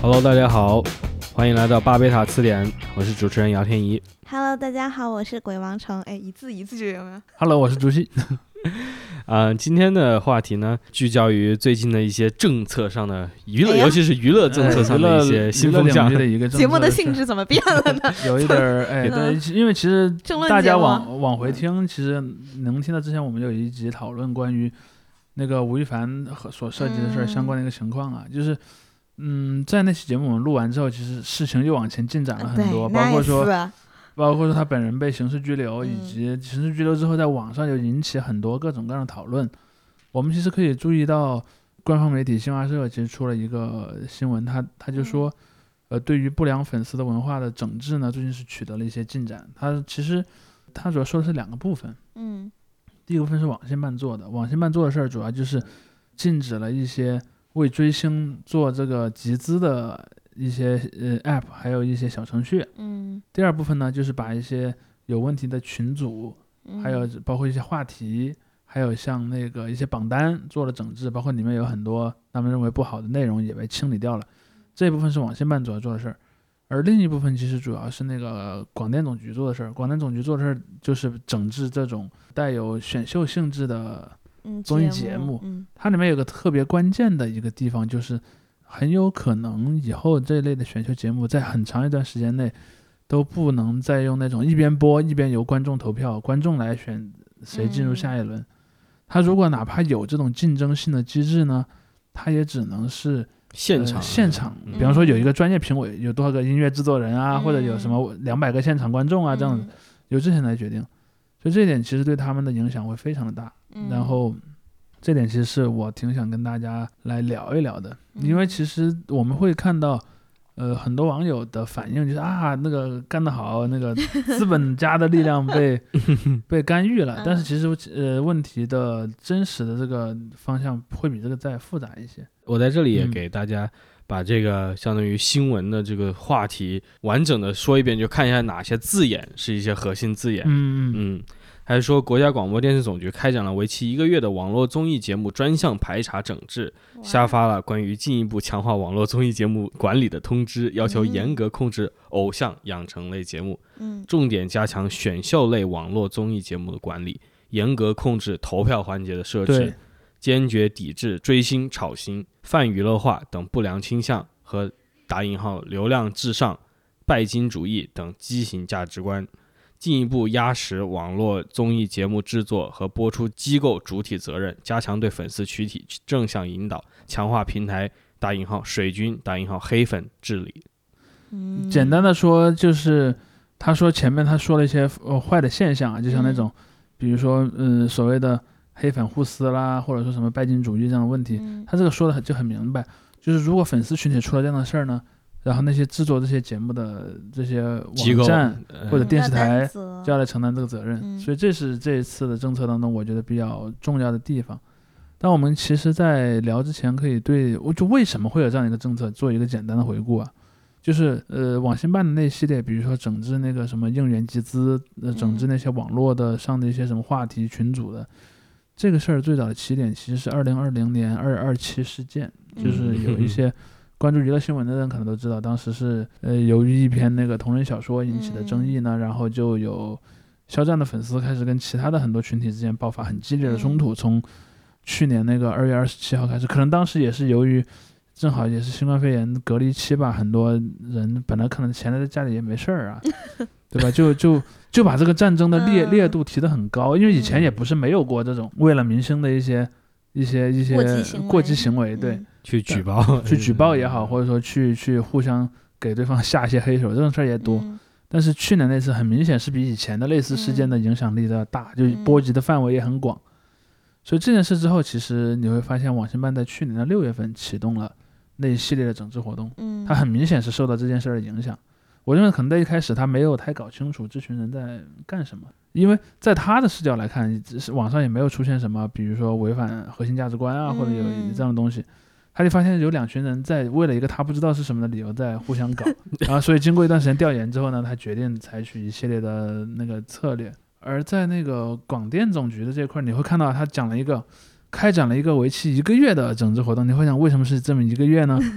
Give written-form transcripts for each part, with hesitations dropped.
Hello， 大家好，欢迎来到巴贝塔词典，我是主持人姚天怡。 Hello， 大家好，我是鬼王城。哎，一字就有没有 ？Hello， 我是朱熹。 今天的话题呢，聚焦于最近的一些政策上的娱乐，尤其是娱乐政策上的一些新风向。 节目的性质怎么变了呢？ 有一点对，因为其实大家往回听，其实能听到之前我们有一集讨论关于那个吴亦凡所涉及的事相关的一个情况啊，就是。在那期节目我们录完之后，其实事情又往前进展了很多，包括说他本人被刑事拘留，以及刑事拘留之后在网上又引起很多各种各样的讨论。我们其实可以注意到，官方媒体新华社其实出了一个新闻，他就说，对于不良粉丝的文化的整治呢，最近是取得了一些进展。他主要说的是两个部分，第一个部分是网信办做的，网信办做的事儿主要就是禁止了一些为追星做这个集资的一些app， 还有一些小程序。第二部分呢，就是把一些有问题的群组，还有包括一些话题，还有像那个一些榜单做了整治，包括里面有很多他们认为不好的内容也被清理掉了。这一部分是网信办主要做的事儿，而另一部分其实主要是那个广电总局做的事儿。广电总局做的事儿就是整治这种带有选秀性质的综艺节目，它里面有个特别关键的一个地方，就是很有可能以后这类的选秀节目在很长一段时间内都不能再用那种一边播一边由观众投票，观众来选谁进入下一轮。它如果哪怕有这种竞争性的机制呢，它也只能是现场，比方说有一个专业评委，有多少个音乐制作人啊，或者有什么200个现场观众啊，这样由这些来决定。所以这一点其实对他们的影响会非常的大，然后这点其实是我挺想跟大家来聊一聊的，因为其实我们会看到很多网友的反应就是那个干得好，那个资本家的力量被干预了，但是其实问题的真实的这个方向会比这个再复杂一些。 我在这里也给大家把这个相当于新闻的这个话题完整的说一遍，就看一下哪些字眼是一些核心字眼。还是说国家广播电视总局开展了为期1个月的网络综艺节目专项排查整治，下发了关于进一步强化网络综艺节目管理的通知，要求严格控制偶像养成类节目，重点加强选秀类网络综艺节目的管理，严格控制投票环节的设置，坚决抵制追星、炒星、泛娱乐化等不良倾向和打引号流量至上、拜金主义等畸形价值观，进一步压实网络综艺节目制作和播出机构主体责任，加强对粉丝群体正向引导，强化平台打引号水军打引号黑粉治理。 简单的说就是他说前面他说了一些坏的现象啊，就像那种比如说所谓的黑粉互撕啦，或者说什么拜金主义这样的问题，他这个说的就很明白，就是如果粉丝群体出了这样的事儿呢，然后那些制作这些节目的这些网站或者电视台就要来承担这个责任，所以这是这一次的政策当中我觉得比较重要的地方。但我们其实在聊之前可以就为什么会有这样一个政策做一个简单的回顾啊，就是网信办的那系列，比如说整治那个什么应援集资，整治那些网络的上的一些什么话题群组的，这个事儿最早的起点其实是2020年227事件，就是有一些关注娱乐新闻的人可能都知道，当时是由于一篇那个同人小说引起的争议呢，然后就有肖战的粉丝开始跟其他的很多群体之间爆发很激烈的冲突，从去年那个2月27号开始，可能当时也是由于正好也是新冠肺炎隔离期吧，很多人本来可能闲在家里也没事儿啊，对吧？就把这个战争的烈度提得很高，因为以前也不是没有过这种为了明星的一些过激行为，对， 去举报也好，或者说去互相给对方下一些黑手，这种事儿也多。但是去年那次很明显是比以前的类似事件的影响力的大，就波及的范围也很广。所以这件事之后，其实你会发现网信办在去年的6月份启动了那一系列的整治活动，它很明显是受到这件事的影响。我认为可能在一开始他没有太搞清楚这群人在干什么，因为在他的视角来看，网上也没有出现什么比如说违反核心价值观啊，或者有这样的东西，他就发现有2群人在为了一个他不知道是什么的理由在互相搞然后所以经过一段时间调研之后呢，他决定采取一系列的那个策略。而在那个广电总局的这块，你会看到他开展了一个为期1个月的整治活动，你会想为什么是这么1个月呢？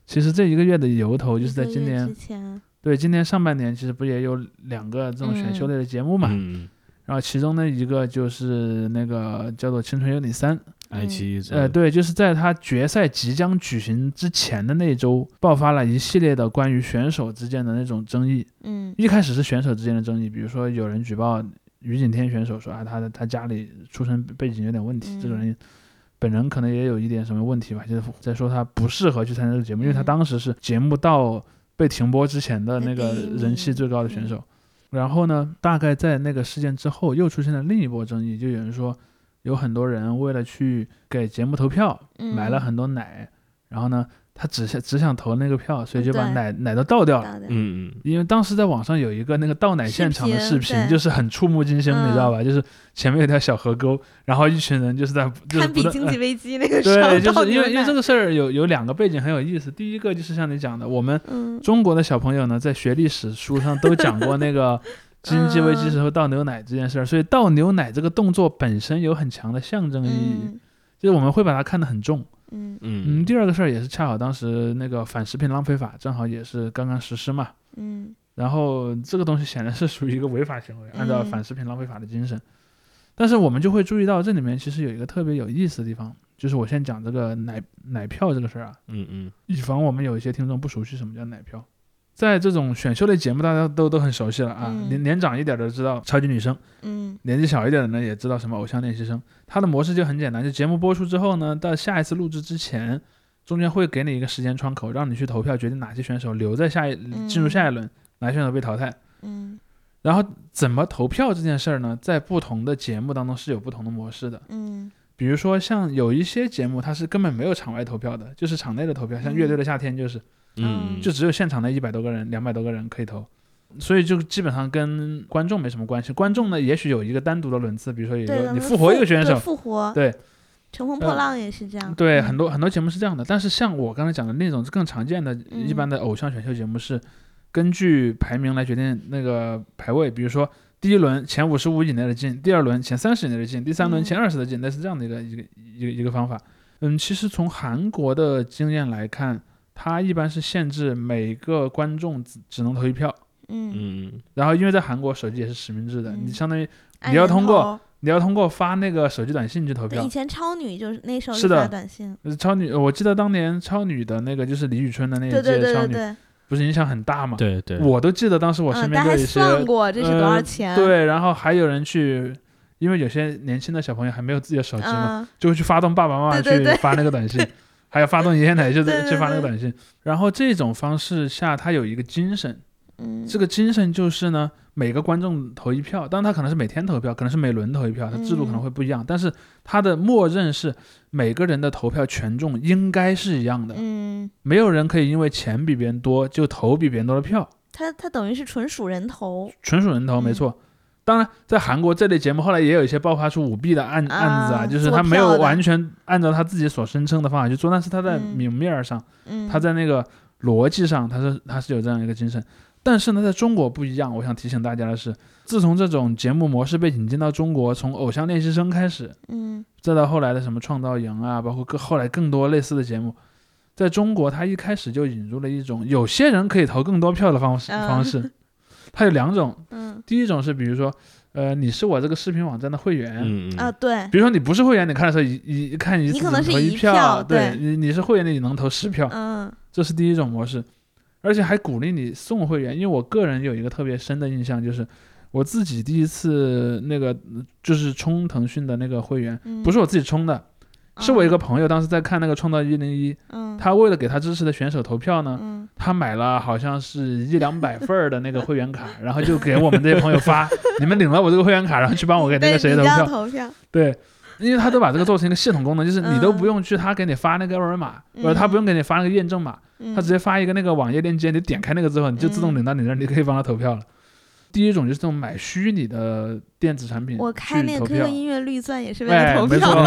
其实这一个月的由头就是在今年之前， 对，今年上半年其实不也有2个这种选秀类的节目嘛，然后其中的一个就是那个叫做《青春有你3》， 爱奇艺对，就是在他决赛即将举行之前的那周，爆发了一系列的关于选手之间的那种争议。一开始是选手之间的争议，比如说有人举报于景天选手说啊，他家里出身背景有点问题，这个人本人可能也有一点什么问题吧，就是在说他不适合去参加这个节目，因为他当时是节目到被停播之前的那个人气最高的选手。然后呢，大概在那个事件之后，又出现了另一波争议，就有人说有很多人为了去给节目投票，买了很多奶，然后呢，他只想投那个票，所以就把奶都倒掉了。因为当时在网上有一个那个倒奶现场的视频，就是很触目惊心，你知道吧？就是前面有条小河沟，然后一群人就是在堪比经济危机那个时候。 对，就是因为这个事儿有2个背景很有意思。第一个就是像你讲的，我们中国的小朋友呢，在学历史书上都讲过那个经济危机时候倒牛奶这件事儿，所以倒牛奶这个动作本身有很强的象征意义，就是我们会把它看得很重。第二个事儿也是恰好当时那个反食品浪费法正好也是刚刚实施嘛，然后这个东西显然是属于一个违法行为，按照反食品浪费法的精神。但是我们就会注意到这里面其实有一个特别有意思的地方，就是我先讲这个奶票这个事儿啊，以防我们有一些听众不熟悉什么叫奶票。在这种选秀类节目大家都很熟悉了啊，年长一点的知道超级女声，年纪小一点的呢也知道什么偶像练习生。它的模式就很简单，就节目播出之后呢，到下一次录制之前，中间会给你一个时间窗口，让你去投票决定哪些选手留在进入下一轮，哪些选手被淘汰。然后怎么投票这件事儿呢，在不同的节目当中是有不同的模式的。比如说像有一些节目它是根本没有场外投票的，就是场内的投票，像乐队的夏天就是就只有现场的100多个人200多个人可以投，所以就基本上跟观众没什么关系。观众呢也许有一个单独的轮次，比如说有一个你复活一个选手， 复活， 对， 乘风破浪也是这样， 对，很多节目是这样的。但是像我刚才讲的那种更常见的一般的偶像选秀节目是根据排名来决定那个排位，比如说第1轮前55以内的进，第2轮前30以内的进，第3轮前20的进，类似这样的一个方法。其实从韩国的经验来看，它一般是限制每个观众只能投1票。然后因为在韩国手机也是实名制的，你相当于你要通过发那个手机短信去投票。 以前超女就是那时候是发短信。 超女，我记得当年超女的那个就是李宇春的那一届超女，不是影响很大嘛？ 对对， 我都记得当时我身边就有一些， 还算过这是多少钱？ 对，然后还有人去，因为有些年轻的小朋友还没有自己的手机嘛，就会去发动爸爸妈妈去发那个短信。还有发动爷爷奶奶去发那个短信。然后这种方式下它有一个精神，这个精神就是呢，每个观众投1票，当然他可能是每天投票，可能是每轮投1票，它制度可能会不一样，但是它的默认是每个人的投票权重应该是一样的，没有人可以因为钱比别人多就投比别人多的票。 它等于是纯属人头， 没错。当然在韩国这类节目后来也有一些爆发出舞弊的案子啊，就是他没有完全按照他自己所声称的方法去做，但是他在明面上，他在那个逻辑上他是有这样一个精神。但是呢在中国不一样，我想提醒大家的是，自从这种节目模式被引进到中国，从偶像练习生开始，再到后来的什么创造营啊，包括后来更多类似的节目，在中国他一开始就引入了一种有些人可以投更多票的方式。它有2种，第一种是比如说你是我这个视频网站的会员， 对， 比如说你不是会员，你看的时候看一次只能投1票，对，你是会员你能投10票，这是第一种模式。而且还鼓励你送会员，因为我个人有一个特别深的印象，就是我自己第一次那个就是充腾讯的那个会员，不是我自己充的，是我一个朋友当时在看那个创造101，他为了给他支持的选手投票呢，他买了好像是100-200份的那个会员卡，然后就给我们这些朋友发你们领了我这个会员卡，然后去帮我给那个谁投票。对，因为他都把这个做成一个系统功能，就是你都不用去他给你发那个二维码，或者他不用给你发那个验证码，他直接发一个那个网页链接，你点开那个之后你就自动领到你那儿，你可以帮他投票了。第一种就是这种买虚拟的电子产品， 我开那个 QQ 音乐绿钻也是为了投票。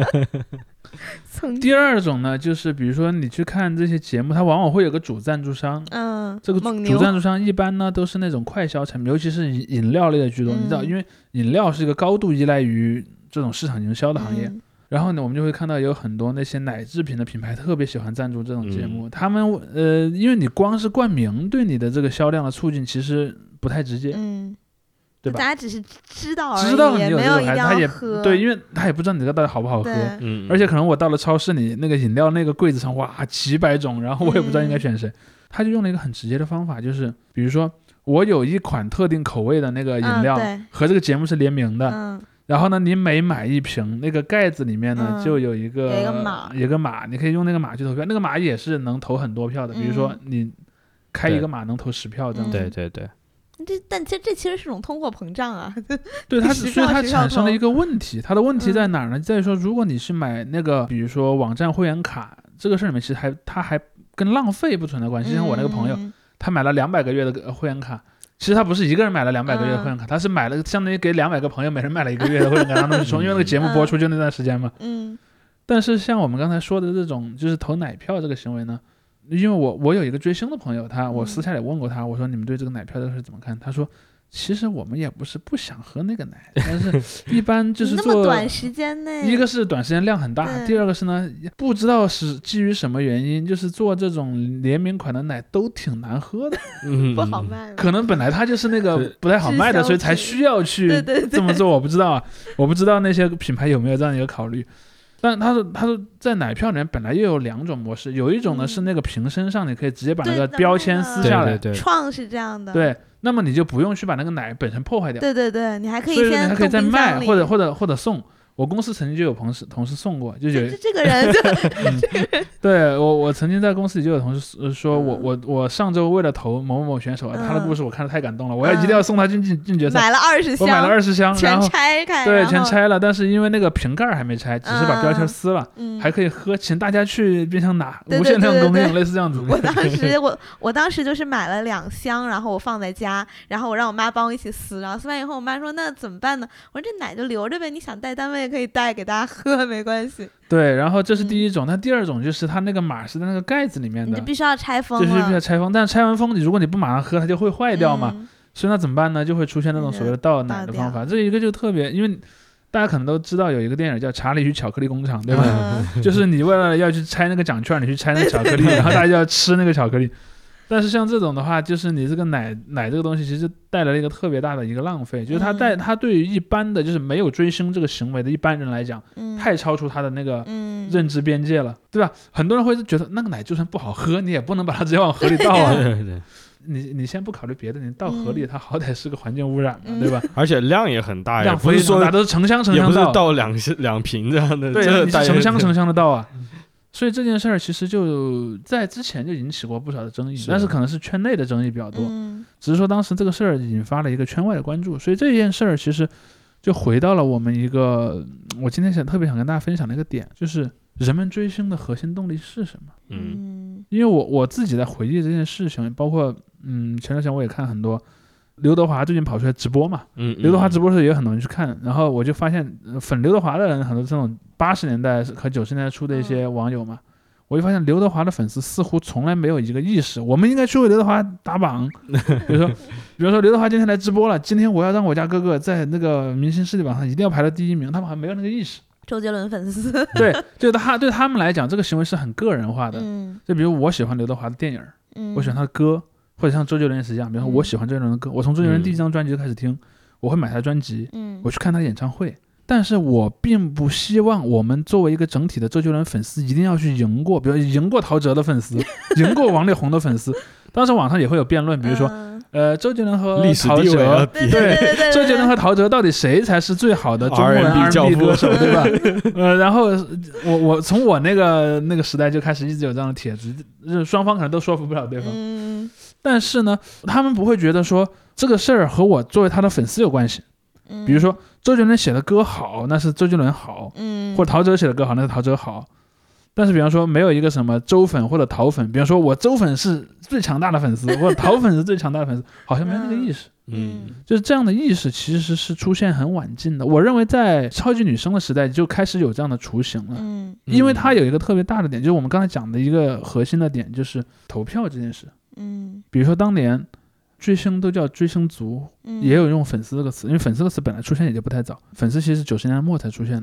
第二种呢，就是比如说你去看这些节目，它往往会有个主赞助商，这个主赞助商一般呢都是那种快消产品，尤其是饮料类的居多，你知道，因为饮料是一个高度依赖于这种市场营销的行业。 然后呢，我们就会看到有很多那些奶制品的品牌特别喜欢赞助这种节目。他们因为你光是冠名对你的这个销量的促进其实不太直接，对吧？ 大家只是知道而已，知道你有没有一定要喝。对，因为他也不知道你这个到底好不好喝。而且可能我到了超市里那个饮料那个柜子上，哇，几百种，然后我也不知道应该选谁。他就用了一个很直接的方法，就是比如说我有一款特定口味的那个饮料，和这个节目是联名的。然后呢，你每买一瓶，那个盖子里面呢，就有一个码，你可以用那个码去投票。那个码也是能投很多票的，比如说你开一个码能投10票这样。 对对对。 但这其实是种通货膨胀啊。 对，所以它产生了一个问题，它的问题在哪儿呢？在于说，如果你是买那个，比如说网站会员卡，这个事里面其实它还跟浪费不存在关系。像我那个朋友，他买了200个月的会员卡。其实他不是一个人买了200个月的会员卡，他是买了相当于给200个朋友每人买了1个月的会员卡，让他们去充，因为那个节目播出就那段时间嘛。但是像我们刚才说的这种就是投奶票这个行为呢，因为我有一个追星的朋友，我私下里问过他，我说你们对这个奶票这个事怎么看？他说其实我们也不是不想喝那个奶，但是一般就是做那么短时间内， 一个是短时间量很大，第二个是呢不知道是基于什么原因，就是做这种联名款的奶都挺难喝的， 不好卖， 可能本来它就是那个不太好卖的，所以才需要去这么做。我不知道啊，我不知道那些品牌有没有这样一个考虑。但他说在奶票里面本来又有2种模式，有一种呢是那个瓶身上你可以直接把那个标签撕下来， 创是这样的， 对，那么你就不用去把那个奶本身破坏掉， 对，你还可以所以你还可以再卖或者送。我公司曾经就有同事送过，就有这个人， 对我曾经在公司里就有同事说我上周为了投某某选手，他的故事我看得太感动了，我一定要送他进决赛， 买了20箱， 我买了20箱， 全拆开， 对，全拆了，但是因为那个瓶盖还没拆，只是把标签撕了，还可以喝，请大家去冰箱拿，无限量供应，类似这样子。 我当时就是买了2箱，然后我放在家，然后我让我妈帮我一起撕，然后撕完以后，我妈说那怎么办呢？我说这奶就留着呗，你想带单位可以带给大家喝，没关系。 对，然后这是第一种，那第二种就是它那个码是在那个盖子里面的， 你就必须要拆封了， 就是必须要拆封，但是拆完封如果你不马上喝，它就会坏掉嘛，所以那怎么办呢？就会出现那种所谓的倒奶的方法。这一个就特别，因为大家可能都知道有一个电影叫《查理与巧克力工厂》，对吧？就是你为了要去拆那个奖券，你去拆那个巧克力，然后大家就要吃那个巧克力。但是像这种的话，就是你这个奶这个东西其实带来了一个特别大的一个浪费，就是它对于一般的就是没有追星这个行为的一般人来讲，太超出他的那个认知边界了，对吧？很多人会觉得那个奶就算不好喝，你也不能把它直接往河里倒啊。对你先不考虑别的，你倒河里它好歹是个环境污染嘛，对吧？ 而且量也很大， 量非常大，都是成箱倒， 也不是倒2瓶这样的， 对，你是成箱的倒啊。所以这件事儿其实就在之前就引起过不少的争议，但是可能是圈内的争议比较多，只是说当时这个事儿引发了一个圈外的关注，所以这件事儿其实就回到了我们一个我今天特别想跟大家分享的一个点，就是人们追星的核心动力是什么？因为我自己在回忆这件事情，包括前段时间我也看很多刘德华最近跑出来直播嘛，刘德华直播的时候也有很多人去看，然后我就发现粉刘德华的人很多这种80年代和90年代初的一些网友嘛，我就发现刘德华的粉丝似乎从来没有一个意识，我们应该去为刘德华打榜。比如说刘德华今天来直播了，今天我要让我家哥哥在那个明星势力榜上一定要排到第1名，他们还没有那个意识。 周杰伦粉丝对对他们来讲，这个行为是很个人化的。就比如我喜欢刘德华的电影，我喜欢他的歌，或者像周杰伦也是一样，比如说我喜欢周杰伦的歌，我从周杰伦第1张专辑就开始听，我会买他的专辑，我去看他的演唱会。但是我并不希望我们作为一个整体的周杰伦粉丝一定要去赢过，比如赢过陶喆的粉丝，赢过王力宏的粉丝。当时网上也会有辩论，比如说周杰伦和陶喆，对，周杰伦和陶喆到底谁才是最好的中文 R&B 歌手，对吧？然后我从我那个时代就开始一直有这样的帖子，双方可能都说服不了对方。但是呢，他们不会觉得说这个事儿和我作为他的粉丝有关系。比如说周杰伦写的歌好，那是周杰伦好，或者陶喆写的歌好，那是陶喆好。但是比方说没有一个什么周粉或者陶粉，比方说我周粉是最强大的粉丝，或者陶粉是最强大的粉丝，好像没有那个意识。就是这样的意识其实是出现很晚近的。我认为在超级女声的时代就开始有这样的雏形了。因为它有一个特别大的点，就是我们刚才讲的一个核心的点，就是投票这件事。比如说当年追星都叫追星族，也有用粉丝这个词，因为粉丝这个词本来出现也就不太早，粉丝其实是90年代末才出现的。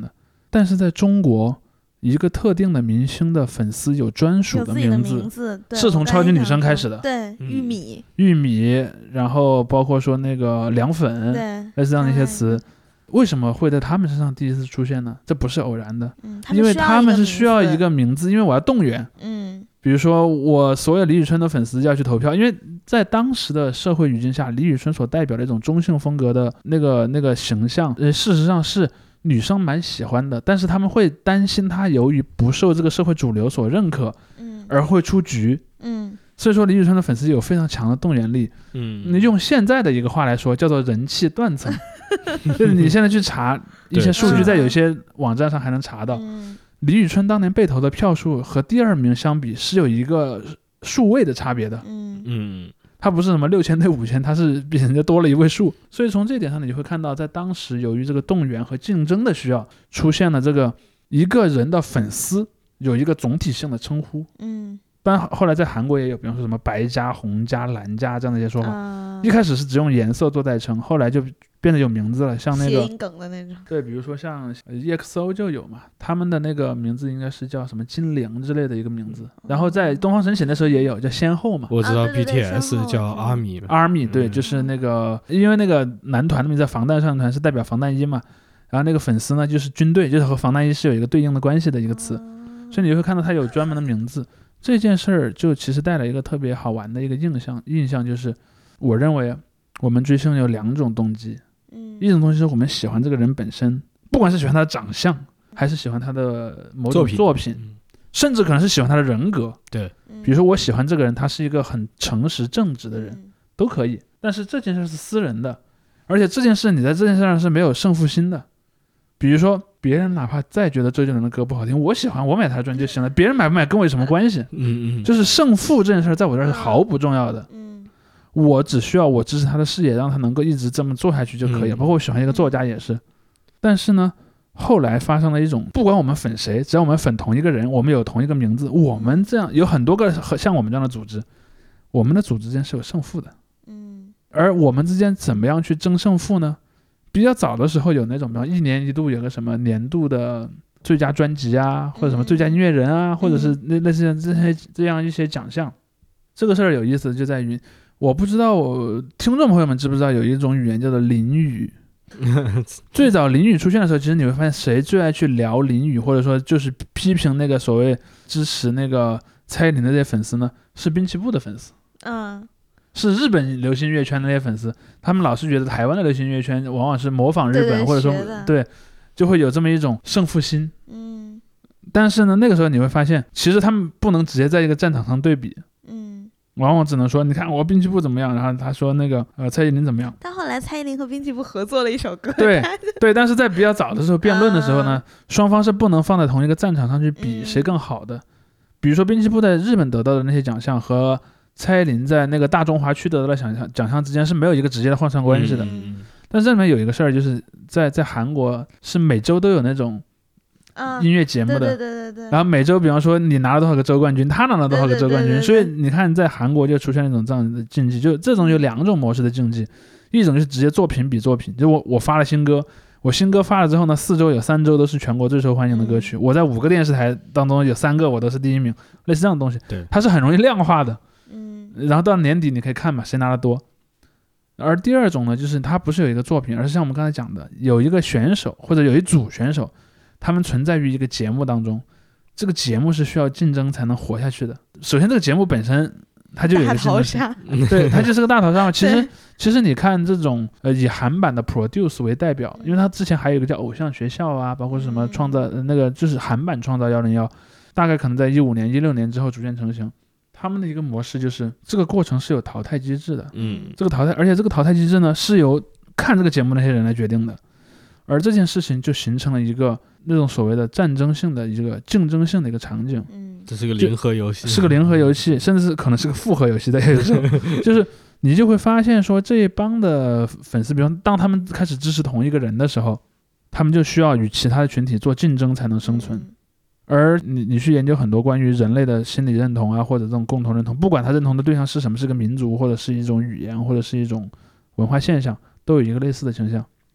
但是在中国，一个特定的明星的粉丝有专属的名字， 是从超级女生开始的。 对，玉米，然后包括说那个凉粉，类似这样的一些词，为什么会在他们身上第一次出现呢？这不是偶然的，因为他们是需要一个名字，因为我要动员。比如说我所有李宇春的粉丝要去投票，因为在当时的社会语境下，李宇春所代表的一种中性风格的那个形象，事实上是女生蛮喜欢的，但是他们会担心她由于不受这个社会主流所认可，而会出局。所以说李宇春的粉丝有非常强的动员力。你用现在的一个话来说，叫做人气断层。就是你现在去查一些数据，在有一些网站上还能查到。李宇春当年被投的票数和第二名相比是有一个数位的差别的。他不是什么6000对5000，他是比人家多了1位数。所以从这点上你就会看到，在当时由于这个动员和竞争的需要，出现了这个一个人的粉丝有一个总体性的称呼。但后来在韩国也有，比方说什么白家、红家、蓝家这样的一些说法。一开始是只用颜色做代称，后来就变得有名字了，像那个谐音梗的那种。 对，比如说像 EXO 就有嘛，他们的那个名字应该是叫什么金玲之类的一个名字。然后在东方神起那时候也有叫先后嘛。 我知道 BTS 叫 ARMY 对，就是那个因为那个男团的名字防弹少年团是代表防弹衣嘛，然后那个粉丝呢就是军队，就是和防弹衣是有一个对应的关系的一个词。所以你会看到它有专门的名字。这件事儿就其实带来一个特别好玩的一个印象，就是我认为我们追星有2种动机。一种东西是我们喜欢这个人本身，不管是喜欢他的长相，还是喜欢他的某种作品，甚至可能是喜欢他的人格。 对， 比如说我喜欢这个人，他是一个很诚实正直的人，都可以。但是这件事是私人的，而且这件事你在这件事上是没有胜负心的。比如说别人哪怕再觉得周杰伦的歌不好听，我喜欢，我买他的专辑就行了，别人买不买跟我有什么关系？就是胜负这件事在我这儿是毫不重要的。我只需要我支持他的事业，让他能够一直这么做下去就可以了。包括我喜欢一个作家也是。但是呢，后来发生了一种，不管我们粉谁，只要我们粉同一个人，我们有同一个名字，我们这样有很多个像我们这样的组织，我们的组织之间是有胜负的。而我们之间怎么样去争胜负呢？比较早的时候有那种，比方1年1度有个什么年度的最佳专辑啊，或者什么最佳音乐人啊，或者是类似这样一些奖项。这个事儿有意思就在于，我不知道听众朋友们知不知道有一种语言叫做淋雨。最早淋雨出现的时候，其实你会发现谁最爱去聊淋雨，或者说就是批评那个所谓支持那个蔡依林的这些粉丝呢，是滨崎步的粉丝。是日本流行乐圈的那些粉丝，他们老是觉得台湾的流行乐圈往往是模仿日本，或者说对，就会有这么一种胜负心。但是呢，那个时候你会发现，其实他们不能直接在一个战场上对比。往往只能说，你看我滨崎步怎么样，然后他说那个蔡依林怎么样。 但后来蔡依林和滨崎步合作了一首歌。 对，但是在比较早的时候辩论的时候呢，双方是不能放在同一个战场上去比谁更好的。比如说滨崎步在日本得到的那些奖项和蔡依林在那个大中华区得到的奖项之间是没有一个直接的换算关系的。但是这里面有一个事儿，就是在韩国是每周都有那种音乐节目的。然后每周比方说你拿了多少个周冠军，他拿了多少个周冠军，所以你看在韩国就出现一种这样的竞技，就这种有2种模式的竞技。一种就是直接作品比作品，就我发了新歌，我新歌发了之后呢，4周有3周都是全国最受欢迎的歌曲，我在5个电视台当中有3个我都是第1名，类似这样的东西。它是很容易量化的。然后到年底你可以看嘛，谁拿得多。而第2种呢，就是它不是有一个作品，而是像我们刚才讲的，有一个选手或者有一组选手，他们存在于一个节目当中，这个节目是需要竞争才能活下去的。首先这个节目本身它就有一个竞争性，对，它就是个大逃杀。其实你看这种以韩版的 Produce 为代表，因为它之前还有一个叫偶像学校啊，包括什么创造那个就是韩版创造101，大概可能在15年16年之后逐渐成型。他们的一个模式就是这个过程是有淘汰机制的。这个淘汰，而且这个淘汰机制呢是由看这个节目那些人来决定的。而这件事情就形成了一个那种所谓的战争性的一个竞争性的一个场景。 这是个零和游戏， 是个零和游戏，甚至是可能是个复合游戏的有时候。就是你就会发现说，这一帮的粉丝，比如当他们开始支持同一个人的时候，他们就需要与其他的群体做竞争才能生存。而你去研究很多关于人类的心理认同啊，或者这种共同认同，不管他认同的对象是什么，是个民族，或者是一种语言，或者是一种文化现象，都有一个类似的倾向。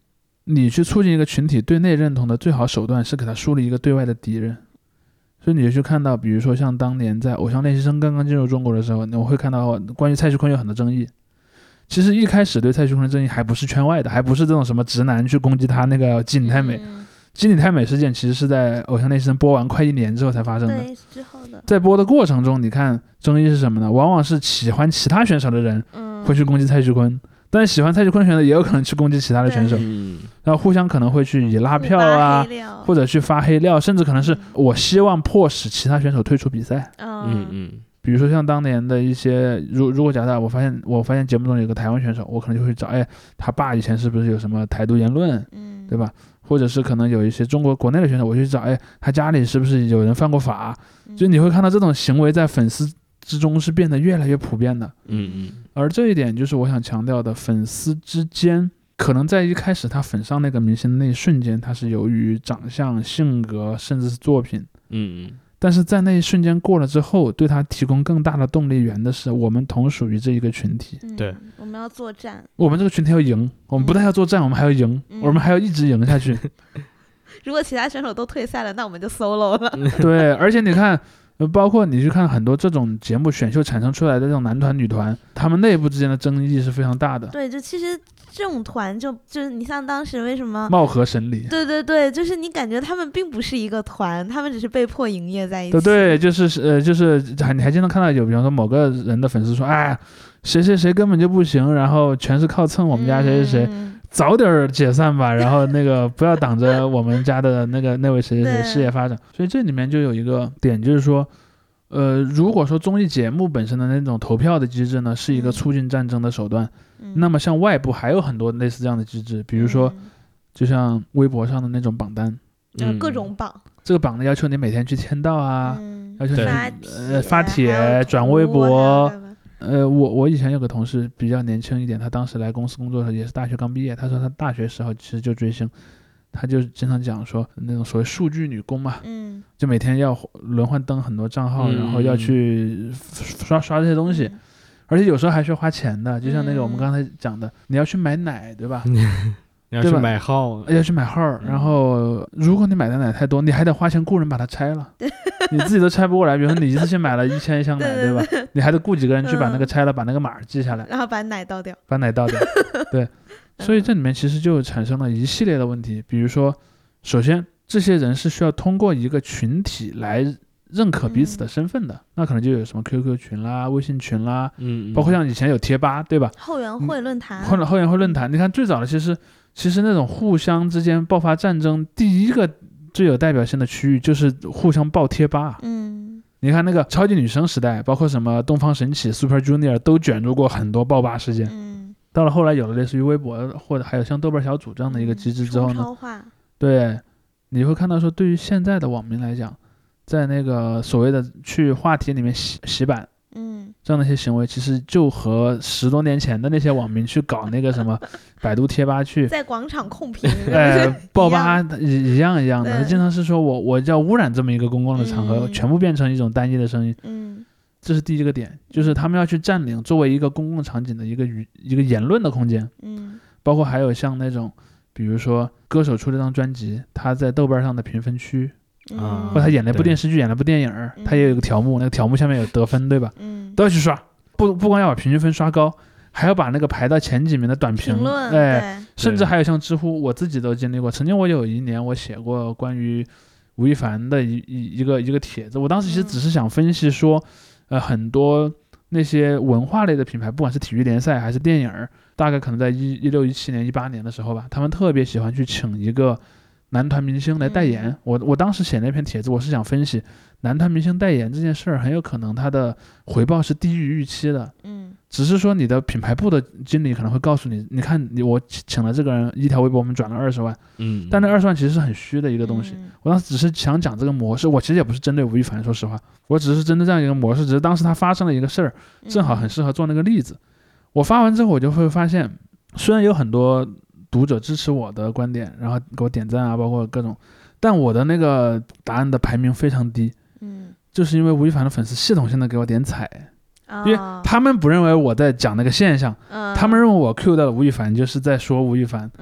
你去促进一个群体对内认同的最好手段是给他树立一个对外的敌人。所以你就去看到，比如说像当年在偶像练习生刚刚进入中国的时候，我会看到关于蔡徐坤有很多争议。其实一开始对蔡徐坤的争议还不是圈外的，还不是这种什么直男去攻击他那个基里太美。基里太美事件其实是在偶像练习生播完快1年之后才发生的。 对，之后的。在播的过程中，你看争议是什么呢？往往是喜欢其他选手的人会去攻击蔡徐坤。但是喜欢蔡徐坤选手也有可能去攻击其他的选手，然后互相可能会去以拉票啊，或者去发黑料，甚至可能是我希望迫使其他选手退出比赛。比如说像当年的一些，如果假设我发现节目中有个台湾选手，我可能就会找，他爸以前是不是有什么台独言论，对吧？或者是可能有一些中国国内的选手，我就去找，他家里是不是有人犯过法？就你会看到这种行为在粉丝之中是变得越来越普遍的。而这一点就是我想强调的，粉丝之间可能在一开始他粉上那个明星的那一瞬间，他是由于长相、性格甚至是作品，但是在那一瞬间过了之后，对他提供更大的动力源的是我们同属于这一个群体。 对， 我们要作战， 我们这个群体要赢，我们不但要作战，我们还要赢，我们还要一直赢下去。 如果其他选手都退赛了，那我们就 solo 了。 对，而且你看包括你去看很多这种节目选秀产生出来的这种男团女团，他们内部之间的争议是非常大的。 对，就其实这种团就是你像当时为什么貌合神离。对对对，就是你感觉他们并不是一个团，他们只是被迫营业在一起。 对，就是你还经常看到有比方说某个人的粉丝说，谁谁谁根本就不行，然后全是靠蹭我们家谁谁谁，早点解散吧，然后那个不要挡着我们家的那位谁谁谁事业发展。所以这里面就有一个点，就是说如果说综艺节目本身的那种投票的机制呢是一个促进战争的手段，那么像外部还有很多类似这样的机制，比如说就像微博上的那种榜单， 各种榜， 这个榜呢要求你每天去签到啊，要求你发帖转微博。我以前有个同事比较年轻一点，他当时来公司工作的时候也是大学刚毕业，他说他大学时候其实就追星，他就经常讲说那种所谓数据女工嘛，就每天要轮换登很多账号，然后要去刷这些东西，而且有时候还需要花钱的，就像那个我们刚才讲的，你要去买奶，对吧？ 你要去买号， 要去买号，然后如果你买的奶太多，你还得花钱雇人把它拆了，你自己都拆不过来。比如说你一次性买了1000箱奶，对吧？你还得雇几个人去把那个拆了，把那个码记下来， 然后把奶倒掉， 对。所以这里面其实就产生了一系列的问题，比如说，首先这些人是需要通过一个群体来认可彼此的身份的，那可能就有什么 QQ 群啦、微信群啦，包括像以前有贴吧，对吧？ 后援会论坛， 后援会论坛，你看最早的其实那种互相之间爆发战争，第一个最有代表性的区域就是互相爆贴吧。你看那个超级女生时代，包括什么东方神起、Super Junior 都卷入过很多爆吧事件。到了后来有了类似于微博或者还有像豆瓣小组这样的一个机制之后呢，对，你会看到说对于现在的网民来讲，在那个所谓的去话题里面洗版，这样的一些行为，其实就和10多年前的那些网民去搞那个什么百度贴吧去在广场控评， 爆吧一样的，他经常是说我要污染这么一个公共的场合，全部变成一种单一的声音。这是第一个点，就是他们要去占领作为一个公共场景的一个言论的空间。包括还有像那种，比如说歌手出这张专辑，他在豆瓣上的评分区。或者他演了一部电视剧，演了部电影，他也有一个条目，那个条目下面有得分，对吧？都要去刷，不光要把平均分刷高，还要把那个排到前几名的短评论，甚至还有像知乎，我自己都经历过。曾经我有一年我写过关于吴亦凡的一个帖子，我当时其实只是想分析说，很多那些文化类的品牌，不管是体育联赛还是电影，大概可能在16、17年、18年的时候吧，他们特别喜欢去请一个男团明星来代言。我当时写那篇帖子，我是想分析男团明星代言这件事儿，很有可能他的回报是低于预期的。只是说你的品牌部的经理可能会告诉你，你看我请了这个人一条微博，我们转了20万。但那20万其实是很虚的一个东西。我当时只是想讲这个模式，我其实也不是针对吴亦凡，说实话，我只是针对这样一个模式，只是当时他发生了一个事儿，正好很适合做那个例子。我发完之后，我就会发现，虽然有很多读者支持我的观点，然后给我点赞啊，包括各种，但我的那个答案的排名非常低。就是因为吴亦凡的粉丝系统性的给我点踩，因为他们不认为我在讲那个现象，他们认为我 cue 到了吴亦凡就是在说吴亦凡，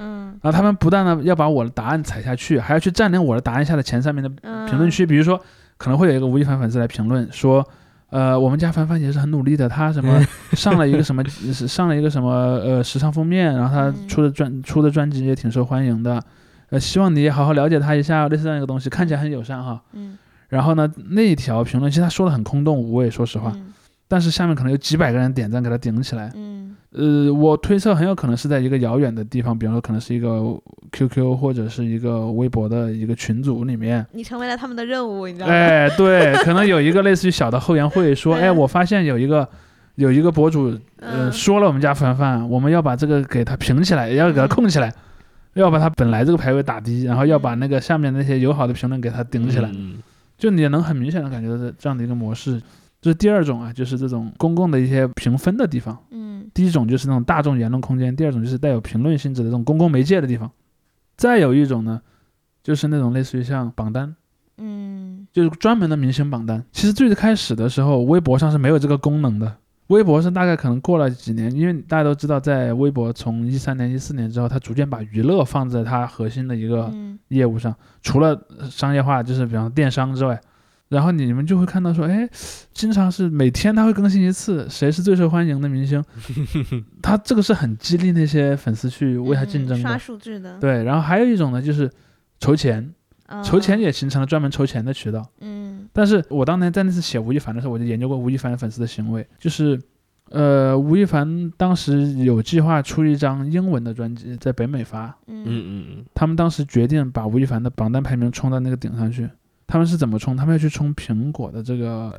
然后他们不但呢要把我的答案踩下去，还要去占领我的答案下的前3名的评论区。比如说可能会有一个吴亦凡粉丝来评论说，我们家凡凡也是很努力的，他什么上了一个什么时尚封面，然后他出的专辑也挺受欢迎的，希望你也好好了解他一下，类似这样一个东西，看起来很友善哈。然后呢，那一条评论其实他说的很空洞无味，说实话，但是下面可能有几百个人点赞给他顶起来。我推测很有可能是在一个遥远的地方，比方说可能是一个 QQ 或者是一个微博的一个群组里面， 你成为了他们的任务，你知道吗？ 对，可能有一个类似于小的后援会说，我发现有一个博主说了我们家凡凡，我们要把这个给他评起来，要给他控起来，要把他本来这个排位打低，然后要把那个下面那些友好的评论给他顶起来。就你也能很明显的感觉到这样的一个模式。这是第二种啊，就是这种公共的一些评分的地方。第一种就是那种大众言论空间，第二种就是带有评论性质的这种公共媒介的地方。再有一种呢，就是那种类似于像榜单，就是专门的明星榜单。其实最开始的时候，微博上是没有这个功能的。微博是大概可能过了几年，因为大家都知道，在微博从13年、14年之后，它逐渐把娱乐放在它核心的一个业务上，除了商业化，就是比方电商之外。然后你们就会看到说，经常是每天他会更新一次谁是最受欢迎的明星，他这个是很激励那些粉丝去为他竞争的， 刷数据的。 对，然后还有一种呢，就是筹钱，筹钱也形成了专门筹钱的渠道。但是我当年在那次写吴亦凡的时候，我就研究过吴亦凡粉丝的行为，就是吴亦凡当时有计划出一张英文的专辑在北美发，他们当时决定把吴亦凡的榜单排名冲到那个顶上去。他们是怎么冲？他们要去冲苹果的这个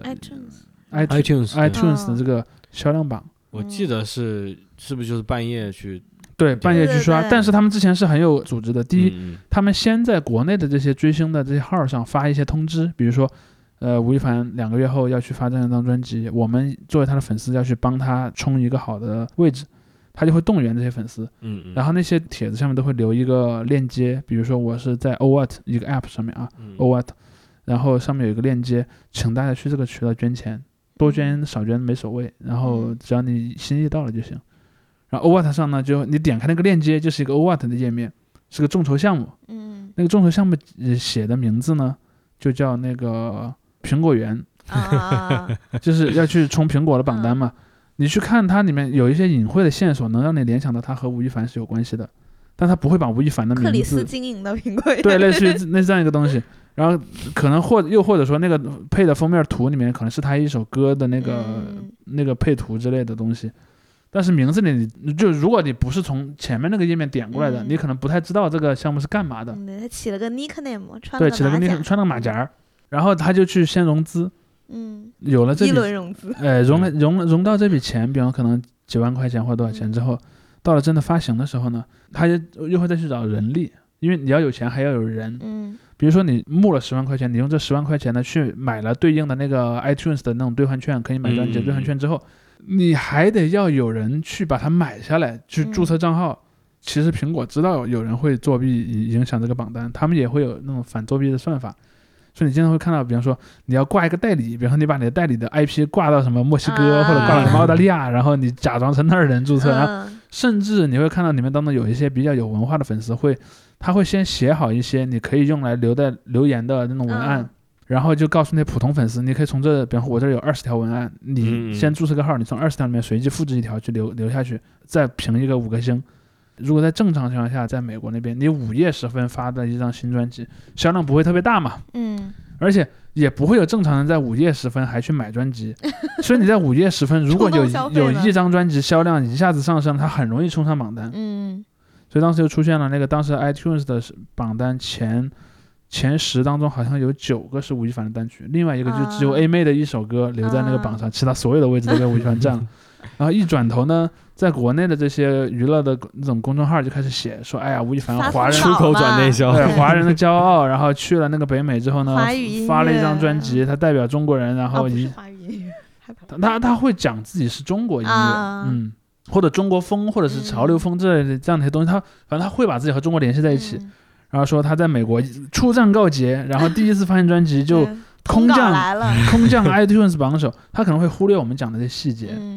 iTunes 的这个销量榜。 我记得是不是就是半夜去？ 对，半夜去刷。但是他们之前是很有组织的。第一，他们先在国内的这些追星的这些号上发一些通知，比如说，吴亦凡2个月后要去发这样一张专辑，我们作为他的粉丝要去帮他冲一个好的位置。他就会动员这些粉丝，然后那些帖子上面都会留一个链接，比如说我是在 OWAT 一个 app 上面啊，OWAT。然后上面有一个链接，请大家去这个渠道捐钱，多捐少捐没所谓，然后只要你心意到了就行。然后 OWAT 上呢，就你点开那个链接，就是一个 OWAT 的页面，是个众筹项目。那个众筹项目写的名字呢，就叫那个苹果园，就是要去冲苹果的榜单嘛。你去看它里面有一些隐晦的线索，能让你联想到它和吴亦凡是有关系的，但它不会把吴亦凡的名字。 克里斯经营的苹果园。 对，类似于那这样一个东西。然后可能或者说那个配的封面图里面可能是他一首歌的那个配图之类的东西，但是名字里就如果你不是从前面那个页面点过来的，你可能不太知道这个项目是干嘛的。 他起了个 nickname， 对，起了个 nickname， 穿了个马甲，然后他就去先融资，有了这笔一轮融资， 融到这笔钱，比方可能几万块钱或多少钱之后，到了真的发行的时候呢，他又会再去找人力，因为你要有钱还要有人。比如说你募了10万块钱，你用这10万块钱呢去买了对应的那个 iTunes 的那种兑换券，可以买专辑兑换券之后，你还得要有人去把它买下来，去注册账号。其实苹果知道有人会作弊影响这个榜单，他们也会有那种反作弊的算法。所以你经常会看到，比方说你要挂一个代理，比方说你把你的代理的 IP 挂到什么墨西哥，或者挂到什么澳大利亚，然后你假装成那儿人注册，然后甚至你会看到里面当中有一些比较有文化的粉丝他会先写好一些你可以用来留言的那种文案，然后就告诉那些普通粉丝，你可以从这，比方说我这有20条文案，你先注册个号，你从20条里面随机复制1条去留下去，再评一个5颗星。如果在正常情况下，在美国那边，你午夜时分发的一张新专辑，销量不会特别大嘛，而且也不会有正常人在午夜时分还去买专辑，所以你在午夜时分，如果有一张专辑销量一下子上升，它很容易冲上榜单。所以当时就出现了那个当时 iTunes 的榜单前10当中，好像有9个是吴亦凡的单曲，另外一个就只有 A 妹的一首歌留在那个榜上，其他所有的位置都被吴亦凡占了。然后一转头呢，在国内的这些娱乐的那种公众号就开始写说，哎呀，吴亦凡华人出口转内销， 对，华人的骄傲。然后去了那个北美之后呢，发了一张专辑，他代表中国人，然后他会讲自己是中国音乐，或者中国风，或者是潮流风之类的这样的一些东西，反正他会把自己和中国联系在一起。然后说他在美国出战告捷，然后第一次发行专辑就空降 iTunes 榜首，他可能会忽略我们讲的这些细节。然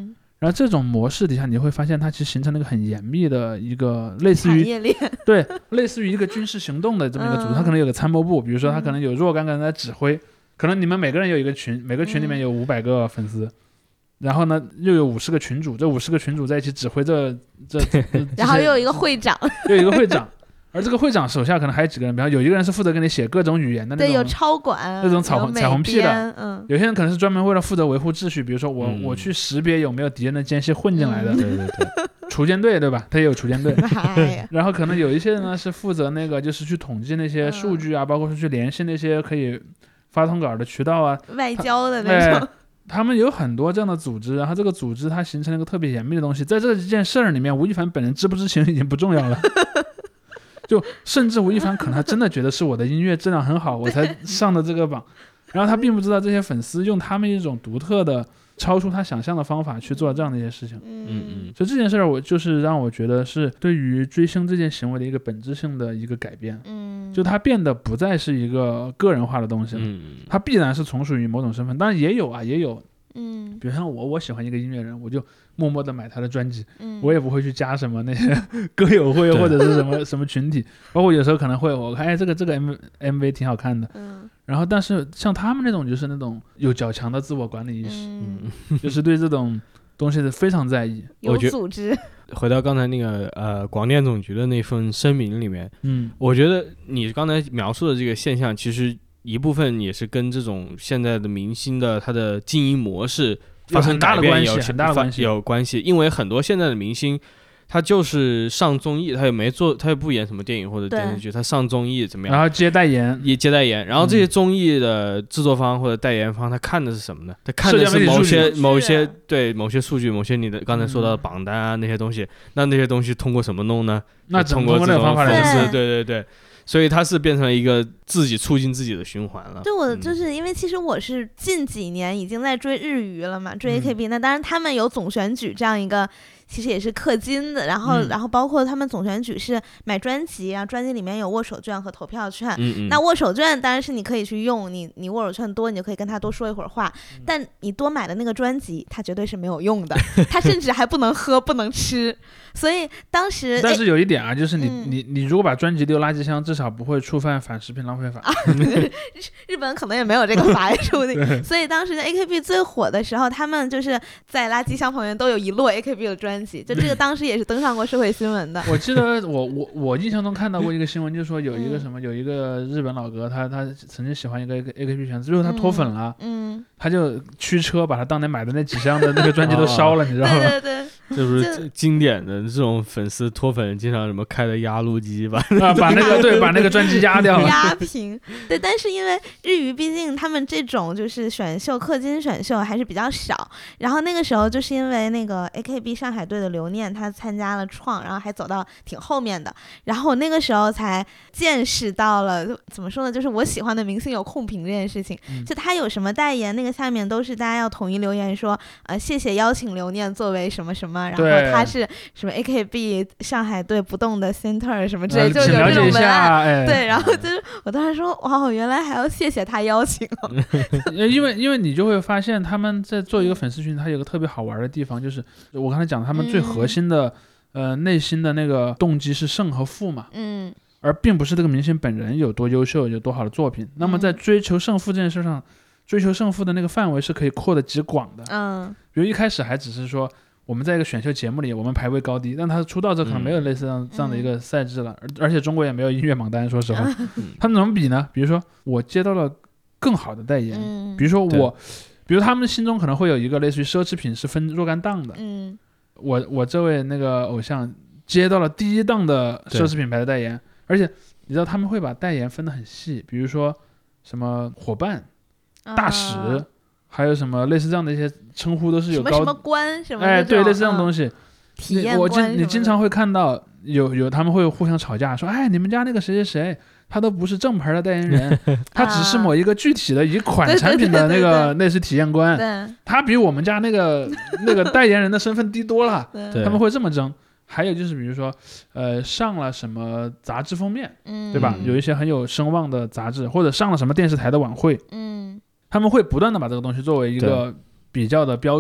然后这种模式底下，你会发现它其实形成了一个很严密的一个类似于对类似于一个军事行动的这么一个组织。它可能有个参谋部，比如说它可能有若干个人在指挥，可能你们每个人有一个群，每个群里面有500个粉丝。然后呢，又有50个群主，这50个群主在一起指挥这然后又有一个会长， 又有一个会长，而这个会长手下可能还有几个人，比方有一个人是负责给你写各种语言的那种， 对，有超管， 那种彩虹屁的， 有些人可能是专门为了负责维护秩序，比如说我去识别有没有敌人的间隙混进来的， 对， 锄奸队对吧？他也有锄奸队，然后可能有一些人呢是负责那个就是去统计那些数据啊，包括说去联系那些可以发通稿的渠道啊， 外交的那种。 他们有很多这样的组织，然后这个组织它形成了一个特别严密的东西。在这件事儿里面，吴亦凡本人知不知情已经不重要了，就甚至吴亦凡可能还真的觉得是我的音乐质量很好，我才上的这个榜，然后他并不知道这些粉丝用他们一种独特的、超出他想象的方法去做这样的一些事情。所以这件事儿，我就是让我觉得是对于追星这件行为的一个本质性的一个改变。就它变得不再是一个个人化的东西了，它必然是从属于某种身份。当然也有，比如像我喜欢一个音乐人，我就默默的买他的专辑，我也不会去加什么那些歌友会或者是什么群体，包括有时候可能会我看这个 MV 挺好看的，然后但是像他们那种就是那种有较强的自我管理意识，就是对这种东西是非常在意， 有组织。 回到刚才那个广电总局的那份声明里面，我觉得你刚才描述的这个现象，其实一部分也是跟这种现在的明星的他的经营模式发生改变有关系，因为很多现在的明星。他就是上综艺，他也不演什么电影或者电视剧，他上综艺怎么样？ 然后接代言， 然后这些综艺的制作方或者代言方，他看的是什么呢？他看的是某些数据，某些你的刚才说到的榜单啊那些东西，那些东西通过什么弄呢？ 那通过这种方法方式，对。所以它是变成了一个自己促进自己的循环了。 对，我就是因为其实我是近几年已经在追日娱了嘛，追 AKB，那当然他们有总选举这样一个。其实也是氪金的，然后包括他们总选举是买专辑，然后专辑里面有握手券和投票券。那握手券当然是你可以去用，你握手券多，你就可以跟他多说一会儿话。但你多买的那个专辑，它绝对是没有用的，它甚至还不能喝，不能吃。所以当时， 但是有一点啊，就是你如果把专辑丢垃圾箱，至少不会触犯反食品浪费法。 日本可能也没有这个法，说不定。所以当时 AKB 最火的时候，他们就是在垃圾箱旁边都有一摞 AKB 的专辑。就这个当时也是登上过社会新闻的。 我记得我印象中看到过一个新闻，就是说有一个日本老哥，他曾经喜欢一个 AKB 粉丝，最后他脱粉了，他就驱车把他当年买的那几箱的那个专辑都烧了，你知道吗？ 对。 这不是经典的这种粉丝脱粉，经常什么开的压路机吧， 把那个专辑压掉了， 压平。对，但是因为日娱毕竟他们这种就是选秀氪金选秀还是比较少，然后那个时候就是因为那个 AKB 上海队的刘念他参加了创，然后还走到挺后面的，然后我那个时候才见识到了怎么说呢，就是我喜欢的明星有控评这件事情，就他有什么代言，那个下面都是大家要统一留言说谢谢邀请刘念作为什么什么。然后他是什么 AKB 上海队不动的 center 什么之类，就有这种文案。对，然后就是我当时说，哇，原来还要谢谢他邀请因为你就会发现他们在做一个粉丝群，他有个特别好玩的地方，就是我刚才讲他们最核心的内心的那个动机是胜和负嘛，而并不是这个明星本人有多优秀，有多好的作品。那么在追求胜负这件事上，追求胜负的那个范围是可以扩得极广的。比如一开始还只是说。我们在一个选秀节目里，我们排位高低，但他出道这可能没有类似这样的一个赛制了，而且中国也没有音乐榜单，说实话，他们怎么比呢？比如说我接到了更好的代言，比如说比如他们心中可能会有一个类似于奢侈品是分若干档的，我这位那个偶像接到了第一档的奢侈品牌的代言，而且你知道他们会把代言分得很细，比如说什么伙伴、大使。还有什么类似这样的一些称呼都是有什么官什么对，类似这样的东西。 体验官你经常会看到有他们会互相吵架，说你们家那个谁谁谁，他都不是正牌的代言人，他只是某一个具体的一款产品的那个类似体验官，他比我们家那个代言人的身份低多了，他们会这么争。还有就是比如说上了什么杂志封面，对吧？有一些很有声望的杂志，或者上了什么电视台的晚会，他们会不断的把这个东西作为一个比较的标准。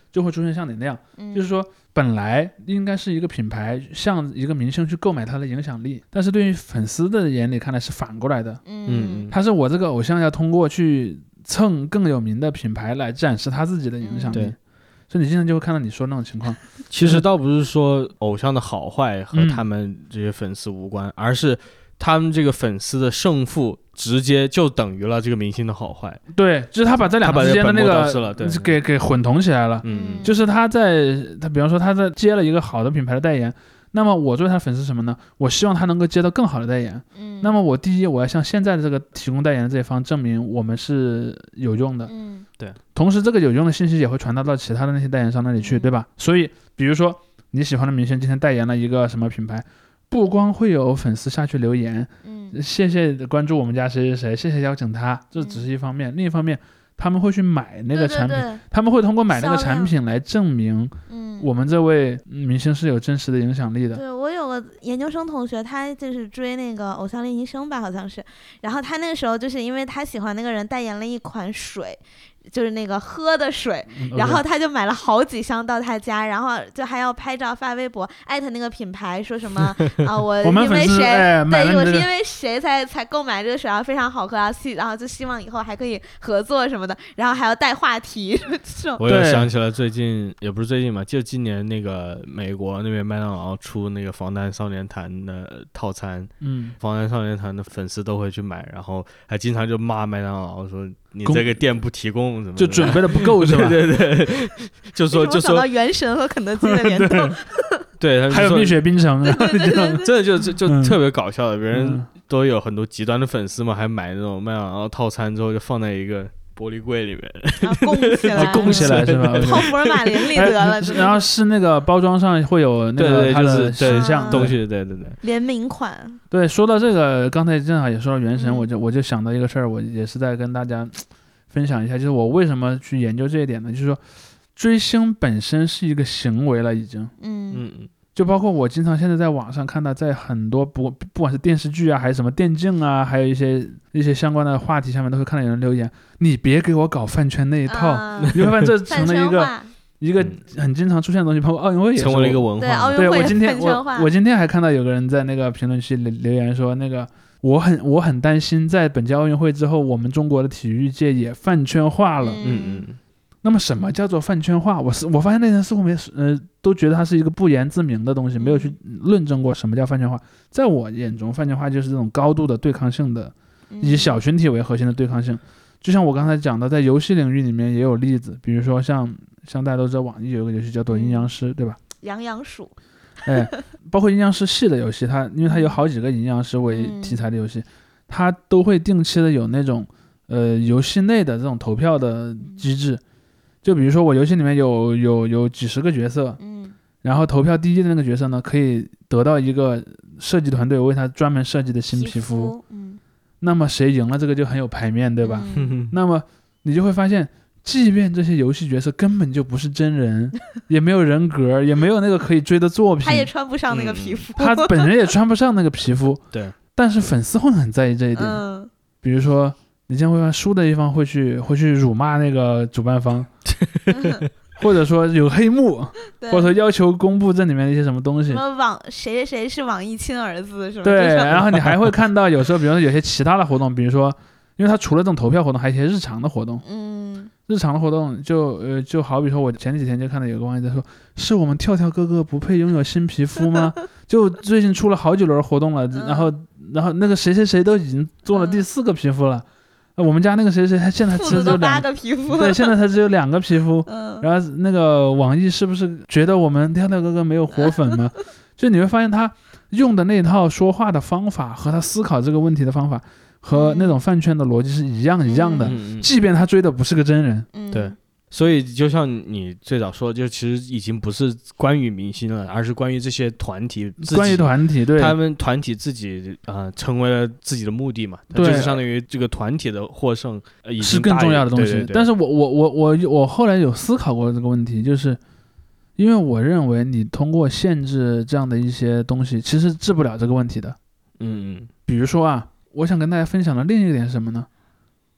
就会出现像你那样，就是说本来应该是一个品牌向一个明星去购买他的影响力，但是对于粉丝的眼里看来是反过来的。他是我这个偶像要通过去蹭更有名的品牌来展示他自己的影响力。所以你经常就会看到你说那种情况。 其实倒不是说偶像的好坏和他们这些粉丝无关，而是他们这个粉丝的胜负直接就等于了这个明星的好坏。 对，就是他把这两个之间的那个给混同起来了。就是他比方说他在接了一个好的品牌的代言，那么我作为他的粉丝什么呢？我希望他能够接到更好的代言。那么我第一，我要向现在的这个提供代言的这一方证明我们是有用的。 对。 同时，这个有用的信息也会传达到其他的那些代言商那里去，对吧？所以，比如说你喜欢的明星今天代言了一个什么品牌，不光会有粉丝下去留言，谢谢关注我们家谁谁谁，谢谢邀请他，这只是一方面。另一方面，他们会去买那个产品，他们会通过买那个产品来证明我们这位明星是有真实的影响力的。 对，我有个研究生同学，他就是追那个偶像练习生吧，好像是，然后他那个时候就是因为他喜欢那个人代言了一款水，就是那个喝的水，然后他就买了好几箱到他家，然后就还要拍照发微博艾特那个品牌，说什么我因为谁对，我是因为谁才购买这个水，然后非常好喝，然后就希望以后还可以合作什么的，然后还要带话题。 我又想起了最近，也不是最近嘛，就今年那个美国那边麦当劳出那个防弹少年团的套餐，防弹少年团的粉丝都会去买，然后还经常就骂麦当劳说你这个店不提供什么， 就准备的不够是吧？ 对，就说想到原神和肯德基的联动， 对， 还有蜜雪冰城， 这就特别搞笑的，别人都有很多极端的粉丝嘛，还买那种麦当劳套餐之后就放在一个玻璃柜里面， 供起来是吧？ 泡福尔马林里得了。 然后是那个包装上会有那个它的形象东西，对， 联名款。 对，说到这个，刚才正好也说到原神，我就想到一个事儿，我也是在跟大家分享一下，就是我为什么去研究这一点呢？就是说，追星本身是一个行为了，已经。就包括我经常现在在网上看到，在很多不管是电视剧啊，还是什么电竞啊，还有一些相关的话题下面，都会看到有人留言：“你别给我搞饭圈那一套。”你会发现这成了一个很经常出现的东西，包括奥运会也成为了一个文化。 对，我今天还看到有个人在那个评论区留言说，那个我很担心，在本届奥运会之后，我们中国的体育界也饭圈化了。那么什么叫做饭圈化？我发现那人似乎都觉得它是一个不言自明的东西，没有去论证过什么叫饭圈化。在我眼中，饭圈化就是这种高度的对抗性的，以小群体为核心的对抗性。就像我刚才讲的，在游戏领域里面也有例子，比如说像大家都知道，网易有个游戏叫做阴阳师，对吧？ 阳鼠。 包括阴阳师系的游戏，因为它有好几个阴阳师为题材的游戏，它都会定期的有那种游戏内的这种投票的机制。就比如说我游戏里面有几十个角色，然后投票第一的那个角色呢，可以得到一个设计团队为他专门设计的新皮肤，那么谁赢了这个就很有排面，对吧？那么你就会发现，即便这些游戏角色根本就不是真人，也没有人格，也没有那个可以追的作品， 他也穿不上那个皮肤， 他本人也穿不上那个皮肤， 对， 但是粉丝会很在意这一点，比如说。你将会发现输的一方会去辱骂那个主办方，或者说有黑幕，或者说要求公布这里面的一些什么东西。 什么谁是网易亲儿子，是吧？ 对，然后你还会看到有时候，比如说有些其他的活动，比如说，因为它除了这种投票活动，还有一些日常的活动。日常的活动就好比说，我前几天就看到有个网友在说，是我们跳跳哥哥不配拥有新皮肤吗？就最近出了好几轮活动了，然后那个谁谁谁都已经做了第4个皮肤了。我们家那个谁谁他现在只有 8个皮肤， 对，现在他只有2个皮肤。然后那个网易是不是觉得我们跳跳哥哥没有活粉吗？就你会发现他用的那套说话的方法和他思考这个问题的方法和那种饭圈的逻辑是一样的，即便他追的不是个真人。 对。所以就像你最早说，就其实已经不是关于明星了，而是关于这些团体， 关于团体，对， 他们团体自己成为了自己的目的嘛，就是相当于这个团体的获胜是更重要的东西。 对对对， 但是我后来有思考过这个问题，就是因为我认为你通过限制这样的一些东西，其实治不了这个问题的。比如说我想跟大家分享的另一个点是什么呢？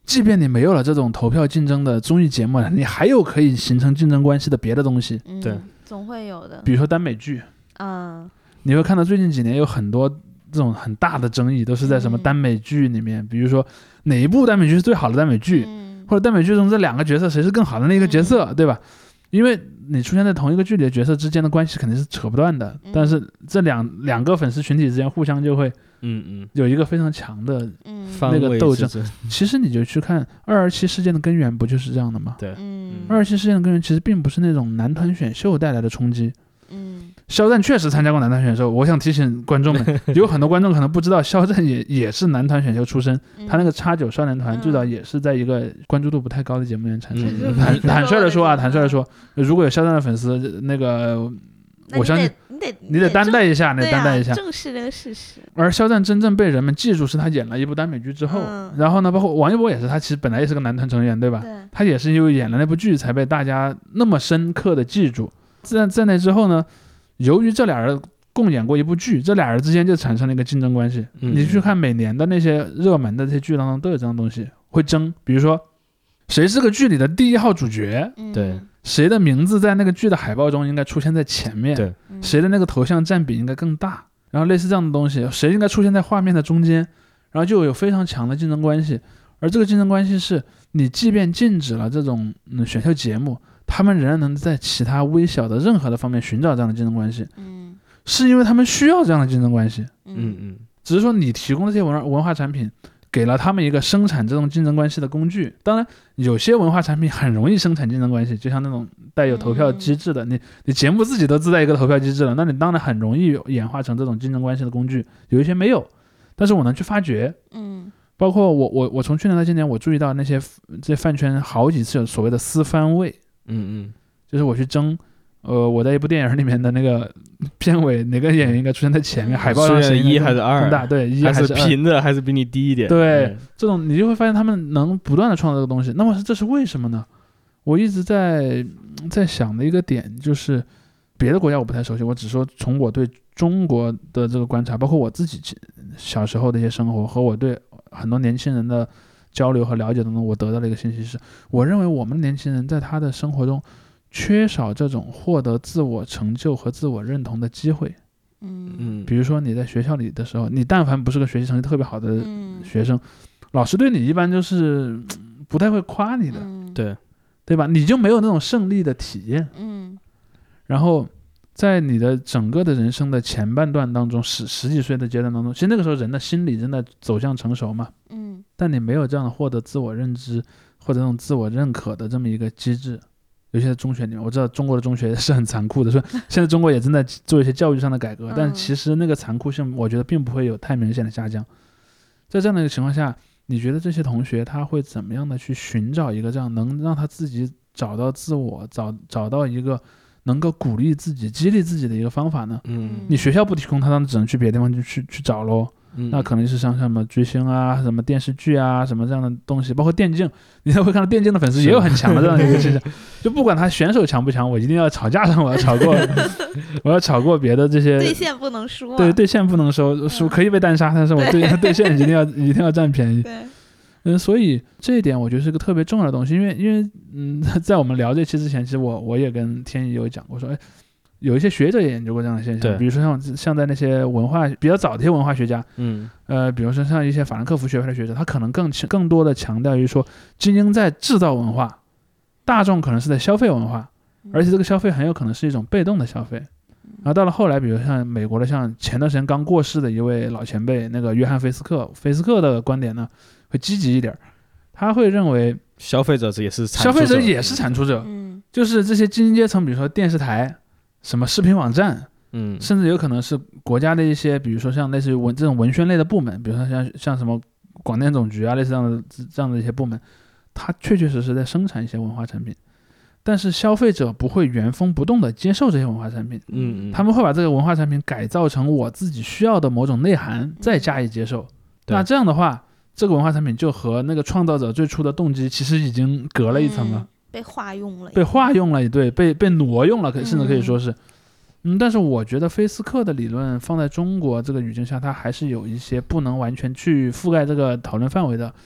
即便你没有了这种投票竞争的综艺节目了，你还有可以形成竞争关系的别的东西。 对， 总会有的。 比如说耽美剧，你会看到最近几年有很多这种很大的争议，都是在什么耽美剧里面，比如说哪一部耽美剧是最好的耽美剧，或者耽美剧中这2个角色谁是更好的那个角色，对吧？因为你出现在同一个剧里的角色之间的关系肯定是扯不断的，但是这两个粉丝群体之间互相就会有一个非常强的那个斗争。其实你就去看227事件的根源不就是这样的吗？ 对 ，227事件的根源其实并不是那种男团选秀带来的冲击。肖战确实参加过男团选秀，我想提醒观众们，有很多观众可能不知道，肖战也是男团选秀出身，他那个X9少年团最早也是在一个关注度不太高的节目里面产生的。坦率的说，如果有肖战的粉丝，那个我相信你得担待一下， 正视这个事实。 而肖战真正被人们记住是他演了一部耽美剧之后，然后呢，包括王一博也是，他其实本来也是个男团成员，对吧？ 对， 他也是因为演了那部剧才被大家那么深刻的记住。在那之后呢，由于这俩人共演过一部剧，这俩人之间就产生了一个竞争关系。你去看每年的那些热门的这些剧当中都有这样的东西会争，比如说谁是个剧里的第1号主角， 对， 谁的名字在那个剧的海报中应该出现在前面， 对， 谁的那个头像占比应该更大，然后类似这样的东西，谁应该出现在画面的中间，然后就有非常强的竞争关系。而这个竞争关系是你即便禁止了这种选秀节目，他们仍然能在其他微小的任何的方面寻找这样的竞争关系，是因为他们需要这样的竞争关系，只是说你提供的这些文化产品给了他们一个生产这种竞争关系的工具。当然有些文化产品很容易生产竞争关系，就像那种带有投票机制的，你节目自己都自带一个投票机制了，那你当然很容易演化成这种竞争关系的工具。有一些没有，但是我能去发掘，包括我从去年到今年，我注意到这饭圈好几次有所谓的私番位，就是我去争，我在一部电影里面的那个片尾哪个演员应该出现在前面，海报上是 1还是2， 对，1还是2， 平的还是比你低一点， 对，这种你就会发现他们能不断的创造这个东西。那么这是为什么呢？我一直在想的一个点就是，别的国家我不太熟悉，我只说从我对中国的这个观察，包括我自己小时候的一些生活和我对很多年轻人的交流和了解当中，我得到的一个信息是，我认为我们年轻人在他的生活中缺少这种获得自我成就和自我认同的机会。比如说你在学校里的时候，你但凡不是个学习成绩特别好的学生，老师对你一般就是不太会夸你的，对吧？你就没有那种胜利的体验。然后在你的整个的人生的前半段当中，十几岁的阶段当中，其实那个时候人的心理正在走向成熟嘛，但你没有这样的获得自我认知或者这种自我认可的这么一个机制。尤其在中学里面，我知道中国的中学是很残酷的，所以现在中国也正在做一些教育上的改革，但其实那个残酷性我觉得并不会有太明显的下降。在这样的一个情况下，你觉得这些同学他会怎么样的去寻找一个这样能让他自己找到自我，找到一个能够鼓励自己激励自己的一个方法呢？你学校不提供，他当然只能去别的地方去找咯。那可能是像什么追星啊，什么电视剧啊，什么这样的东西，包括电竞，你会看到电竞的粉丝也有很强的这样的一个现象。就不管他选手强不强，我一定要吵架上，我要吵过别的这些对线不能输， 对，对线不能输可以被单杀，但是我对线一定要占便宜。所以这一点我觉得是个特别重要的东西，因为在我们聊这期之前，其实我也跟天一有讲过，说有一些学者也研究过这样的现象，比如说像在那些文化比较早的一些文化学家，比如说像一些法兰克福学派的学者，他可能更多的强调于说，精英在制造文化，大众可能是在消费文化，而且这个消费很有可能是一种被动的消费。然后到了后来，比如像美国的，像前段时间刚过世的一位老前辈，那个约翰菲斯克的观点呢，会积极一点，他会认为消费者也是产出者，就是这些精英阶层，比如说电视台、什么视频网站，甚至有可能是国家的一些，比如说像类似于这种文宣类的部门，比如说像什么广电总局啊，类似这样的一些部门，它确确实实在生产一些文化产品，但是消费者不会原封不动的接受这些文化产品，他们会把这个文化产品改造成我自己需要的某种内涵，再加以接受。那这样的话，这个文化产品就和那个创造者最初的动机其实已经隔了一层了， 被化用了， 对，被挪用了，甚至可以说是。但是我觉得菲斯克的理论放在中国这个语境下，它还是有一些不能完全去覆盖这个讨论范围的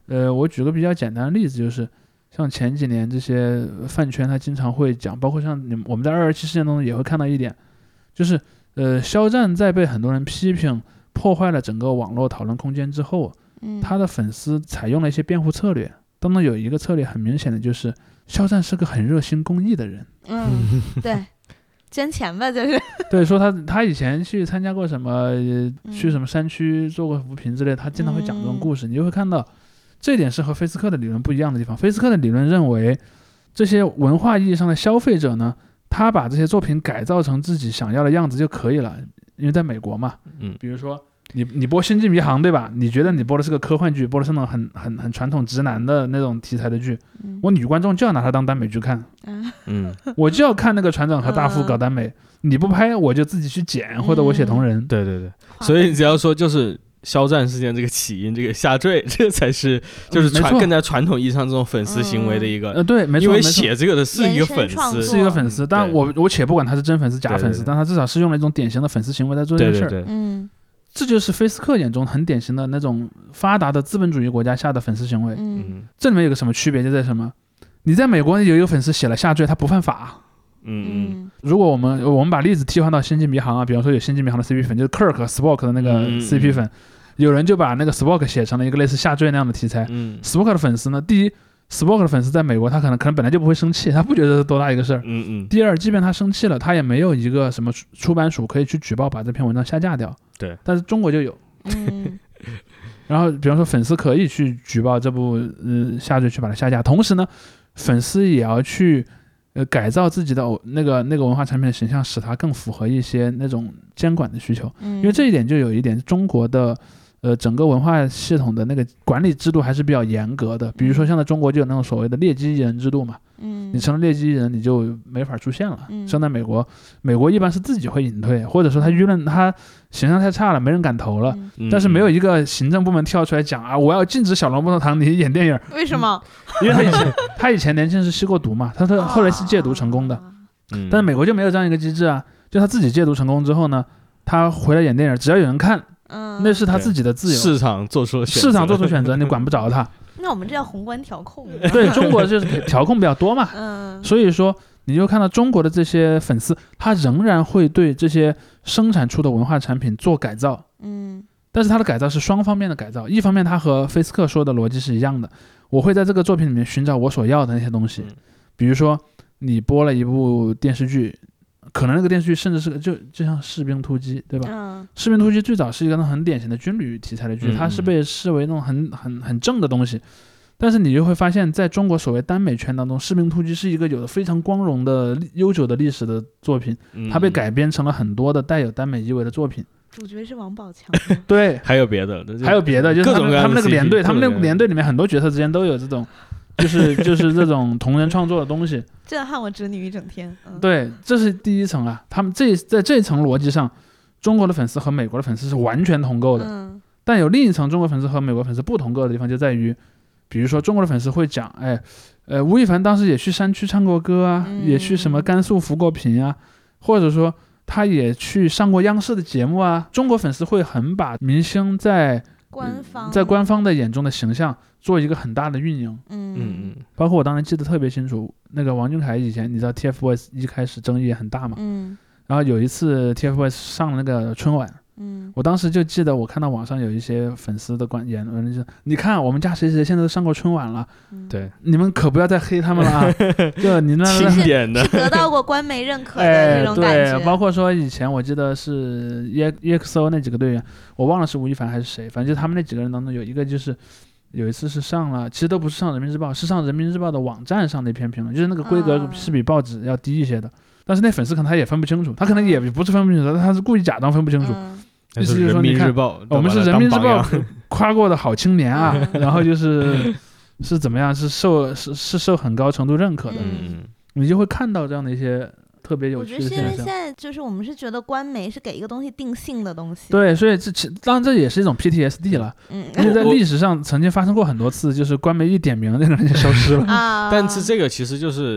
我举个比较简单的例子，就是像前几年这些饭圈他经常会讲，包括像我们在227事件中也会看到一点，就是肖战在被很多人批评破坏了整个网络讨论空间之后，他的粉丝采用了一些辩护策略，当中有一个策略很明显的就是肖战是个很热心公益的人。 对，捐钱吧，就是对，说他以前去参加过什么，去什么山区做过扶贫之类的，他经常会讲这种故事，你就会看到这一点是和菲斯克的理论不一样的地方。菲斯克的理论认为，这些文化意义上的消费者呢，他把这些作品改造成自己想要的样子就可以了，因为在美国嘛，比如说你播《星际迷航》对吧？你觉得你播的是个科幻剧，播的是那种很传统直男的那种题材的剧，我女观众就要拿它当耽美剧看，我就要看那个船长和大副搞耽美，你不拍我就自己去剪，或者我写同人。 对对对，所以你只要说就是肖战事件这个起因，这个下坠，这个才是就是更加传统意义上这种粉丝行为的一个。 对，没错， 因为写这个的是一个粉丝， 是一个粉丝，但我且不管他是真粉丝假粉丝，但他至少是用了一种典型的粉丝行为在做这件事。 对对对， 这就是菲斯克眼中很典型的那种发达的资本主义国家下的粉丝行为。这里面有个什么区别就在什么？你在美国有一个粉丝写了下坠，他不犯法。如果我们把例子替换到星际迷航啊，比方说有星际迷航的 CP 粉，就是 Kirk 和 Spock 的那个 CP 粉，有人就把那个 Spock 写成了一个类似下坠那样的题材。Spock 的粉丝呢，第一 ，Spock 的粉丝在美国他可能本来就不会生气，他不觉得是多大一个事儿。第二，即便他生气了，他也没有一个什么出版署可以去举报把这篇文章下架掉。 对， 但是中国就有。然后比方说粉丝可以去举报这部下坠去把它下架，同时呢，粉丝也要去改造自己的那个文化产品的形象，使它更符合一些那种监管的需求。因为这一点就有一点中国的整个文化系统的那个管理制度还是比较严格的。比如说像在中国就有那种所谓的劣迹艺人制度嘛，你成了劣迹艺人你就没法出现了。像在美国一般是自己会隐退，或者说他舆论他形象太差了没人敢投了，但是没有一个行政部门跳出来讲啊，我要禁止小龙不同堂你演电影。 为什么？ 因为他以前年轻时吸过毒嘛，他后来是戒毒成功的。但是美国就没有这样一个机制啊，就他自己戒毒成功之后呢，他回来演电影只要有人看，那是他自己的自由， 市场做出选择，你管不着他。 那我们这叫宏观调控。 对，中国就是调控比较多嘛。所以说你就看到中国的这些粉丝，他仍然会对这些生产出的文化产品做改造。但是他的改造是双方面的改造，一方面他和菲斯克说的逻辑是一样的，我会在这个作品里面寻找我所要的那些东西。比如说你播了一部电视剧，可能那个电视剧甚至是个就像士兵突击，对吧？士兵突击最早是一个很典型的军旅题材的剧，它是被视为那种很正的东西。但是你就会发现在中国所谓耽美圈当中，士兵突击是一个有着非常光荣的悠久的历史的作品，它被改编成了很多的带有耽美意味的作品。 主角是王宝强。 对， 还有别的， 就是他们那个连队，他们那个连队里面很多角色之间都有这种就是这种同人创作的东西， 震撼我侄女一整天。 对，这是第一层啊。他们在这一层逻辑上，中国的粉丝和美国的粉丝是完全同构的。但有另一层中国粉丝和美国粉丝不同构的地方，就在于，比如说中国的粉丝会讲，吴亦凡当时也去山区唱过歌啊，也去什么甘肃扶过贫啊，或者说他也去上过央视的节目啊。中国粉丝会很把明星在官方的眼中的形象做一个很大的运营。包括我当时记得特别清楚，那个王俊凯以前你知道 TFBOYS 一开始争议也很大嘛，然后有一次 TFBOYS 上了那个春晚，我当时就记得我看到网上有一些粉丝的言论，就是你看我们家谁谁现在都上过春晚了， 对， 你们可不要再黑他们了啊！就你那经典的是得到过官媒认可的这种感觉。 对，包括说以前我记得是 EXO 那几个队员，我忘了是吴亦凡还是谁，反正就他们那几个人当中有一个就是有一次是上了，其实都不是上人民日报，是上人民日报的网站上的一篇评论，就是那个规格是比报纸要低一些的。但是那粉丝可能他也分不清楚，他可能也不是分不清楚，他是故意假装分不清楚。意思就是说，你看，我们是人民日报夸过的好青年啊，然后是怎么样，是受很高程度认可的。你就会看到这样的一些特别有趣的现象。 我觉得是因为现在就是我们是觉得官媒是给一个东西定性的东西。 对，所以当然这也是一种 PTSD 了。因为在历史上曾经发生过很多次，就是官媒一点名，那个人就消失了。 但是这个其实就是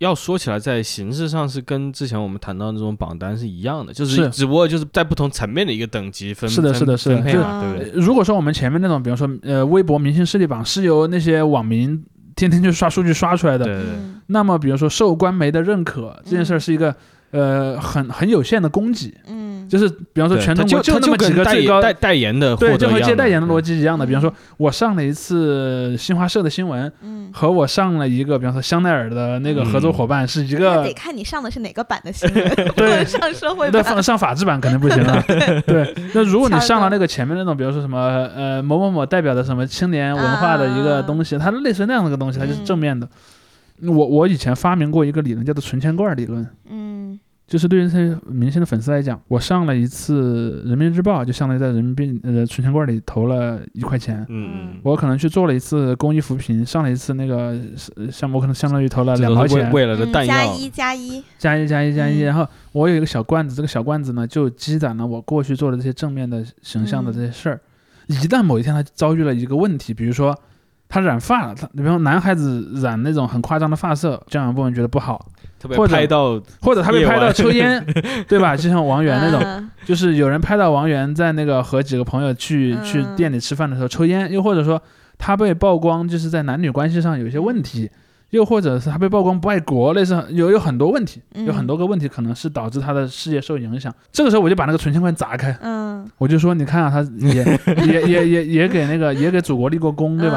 要说起来，在形式上是跟之前我们谈到的这种榜单是一样的，就是只不过就是在不同层面的一个等级分配嘛，对不对？ 如果说我们前面那种，比如说微博明星势力榜是由那些网民天天就刷数据刷出来的， 对， 那么比如说受官媒的认可这件事是一个很有限的供给，就是比方说全中国就那么几个最高代言的， 对，就和接代言的逻辑一样的。比方说我上了一次新华社的新闻，和我上了一个比方说香奈儿的那个合作伙伴是一个， 得看你上的是哪个版的新闻， 对， 上社会版， 上法制版肯定不行了。对，那如果你上了那个前面那种，比如说什么某某某代表的什么青年文化的一个东西，它类似那样的一个东西，它就是正面的。我以前发明过一个理论叫做存钱罐理论，就是对于这些明星的粉丝来讲，我上了一次人民日报，就相当于在人民币存钱罐里投了1块钱，我可能去做了一次公益扶贫，上了一次那个项目，我可能相当于投了2毛钱， 为了的弹药， 加一， 然后我有一个小罐子，这个小罐子呢就积攒了我过去做的这些正面的形象的这些事儿，一旦某一天他遭遇了一个问题，比如说他染发了，比如说男孩子染那种很夸张的发色，教养部门觉得不好，或者他被拍到抽烟，对吧？就像王源那种，就是有人拍到王源在那个和几个朋友去店里吃饭的时候抽烟，又或者说他被曝光就是在男女关系上有一些问题，又或者是他被曝光不爱国，类似有很多问题，有很多个问题可能是导致他的事业受影响。这个时候我就把那个存钱罐砸开，我就说你看啊，他也给那个也给祖国立过功，对吧？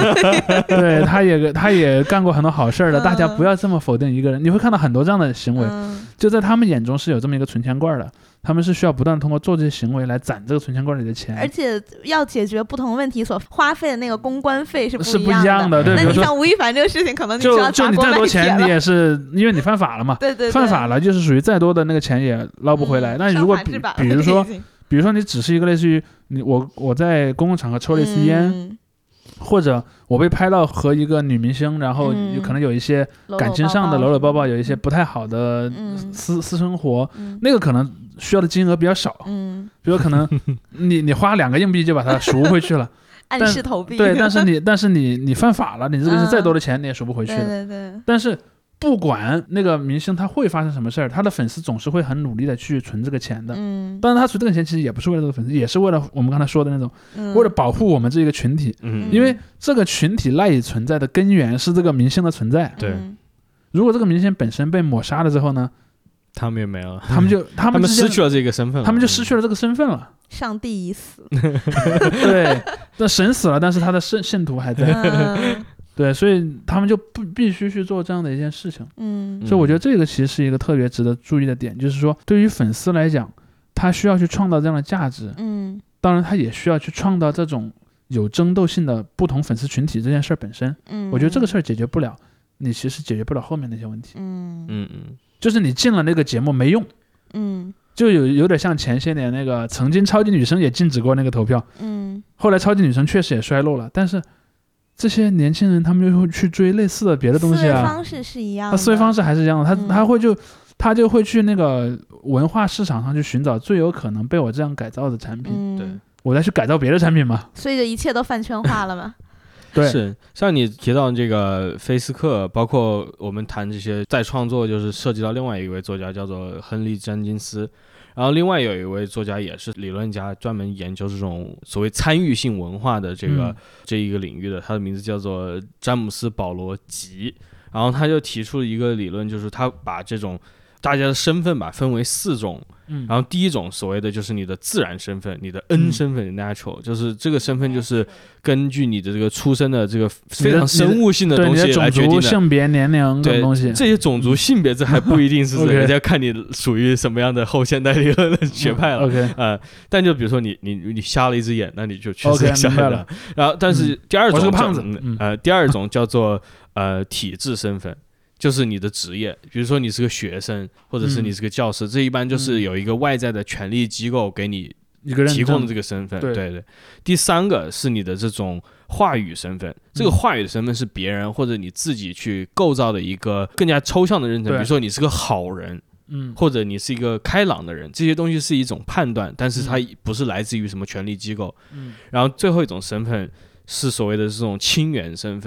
他也干过很多好事的，大家不要这么否定一个人。你会看到很多这样的行为，就在他们眼中是有这么一个存钱罐的。他们是需要不断通过做这些行为来攒这个存钱罐里的钱， 而且要解决不同问题所花费的那个公关费是不一样的。对， 那你像吴亦凡这个事情，可能你就你再多钱，你也是因为你犯法了嘛。 对， 犯法了就是属于再多的那个钱也捞不回来。那如果比如说你只是一个类似于我在公共场合抽了一次烟。或者我被拍到和一个女明星，然后可能有一些感情上的搂搂抱抱，有一些不太好的私生活，那个可能需要的金额比较少，比如可能你花2个硬币就把它赎回去了， 暗示投币。 对，但是你犯法了，你这个是再多的钱你也赎不回去的。 对。 但是不管那个明星他会发生什么事儿，他的粉丝总是会很努力的去存这个钱的。当然他存这个钱其实也不是为了这个粉丝，也是为了我们刚才说的那种，为了保护我们这个群体。因为这个群体赖以存在的根源是这个明星的存在。 对， 如果这个明星本身被抹杀了之后呢， 他们也没了， 他们失去了这个身份， 他们就失去了这个身份了。 上帝已死。 对，那神死了，但是他的信徒还在。对，所以他们就必须去做这样的一件事情。所以我觉得这个其实是一个特别值得注意的点，就是说对于粉丝来讲，他需要去创造这样的价值。当然他也需要去创造这种有争斗性的不同粉丝群体这件事本身。我觉得这个事儿解决不了，你其实解决不了后面那些问题。就是你进了那个节目没用。就有点像前些年那个曾经超级女声也禁止过那个投票。后来超级女声确实也衰落了，但是这些年轻人他们就会去追类似的别的东西啊， 思维方式是一样的， 他思维方式还是一样的，他就会去那个文化市场上去寻找最有可能被我这样改造的产品。 对， 我再去改造别的产品嘛， 所以就一切都饭圈化了嘛。 对， 是像你提到这个菲斯克，包括我们谈这些再创作，就是涉及到另外一位作家叫做亨利·詹金斯。然后另外有一位作家也是理论家，专门研究这种所谓参与性文化的这一个领域的，他的名字叫做詹姆斯·保罗·吉。然后他就提出了一个理论，就是他把这种大家的身份吧分为4种。然后第一种所谓的就是你的自然身份，你的 N 身份 natural， 就是这个身份就是根据你的这个出生的这个非常生物性的东西来决定的， 种族、性别、年龄这种东西。 这些种族、性别这还不一定是人家看你属于什么样的后现代理论的学派了。但就比如说你瞎了一只眼，那你就确实瞎了。然后但是第二种我是个胖子。 第二种叫做体制身份。就是你的职业，比如说你是个学生，或者是你是个教师，这一般就是有一个外在的权力机构给你提供的这个身份。对。第3个是你的这种话语身份，这个话语的身份是别人或者你自己去构造的一个更加抽象的认证，比如说你是个好人，或者你是一个开朗的人，这些东西是一种判断，但是它不是来自于什么权力机构。然后最后一种身份是所谓的这种亲缘身份。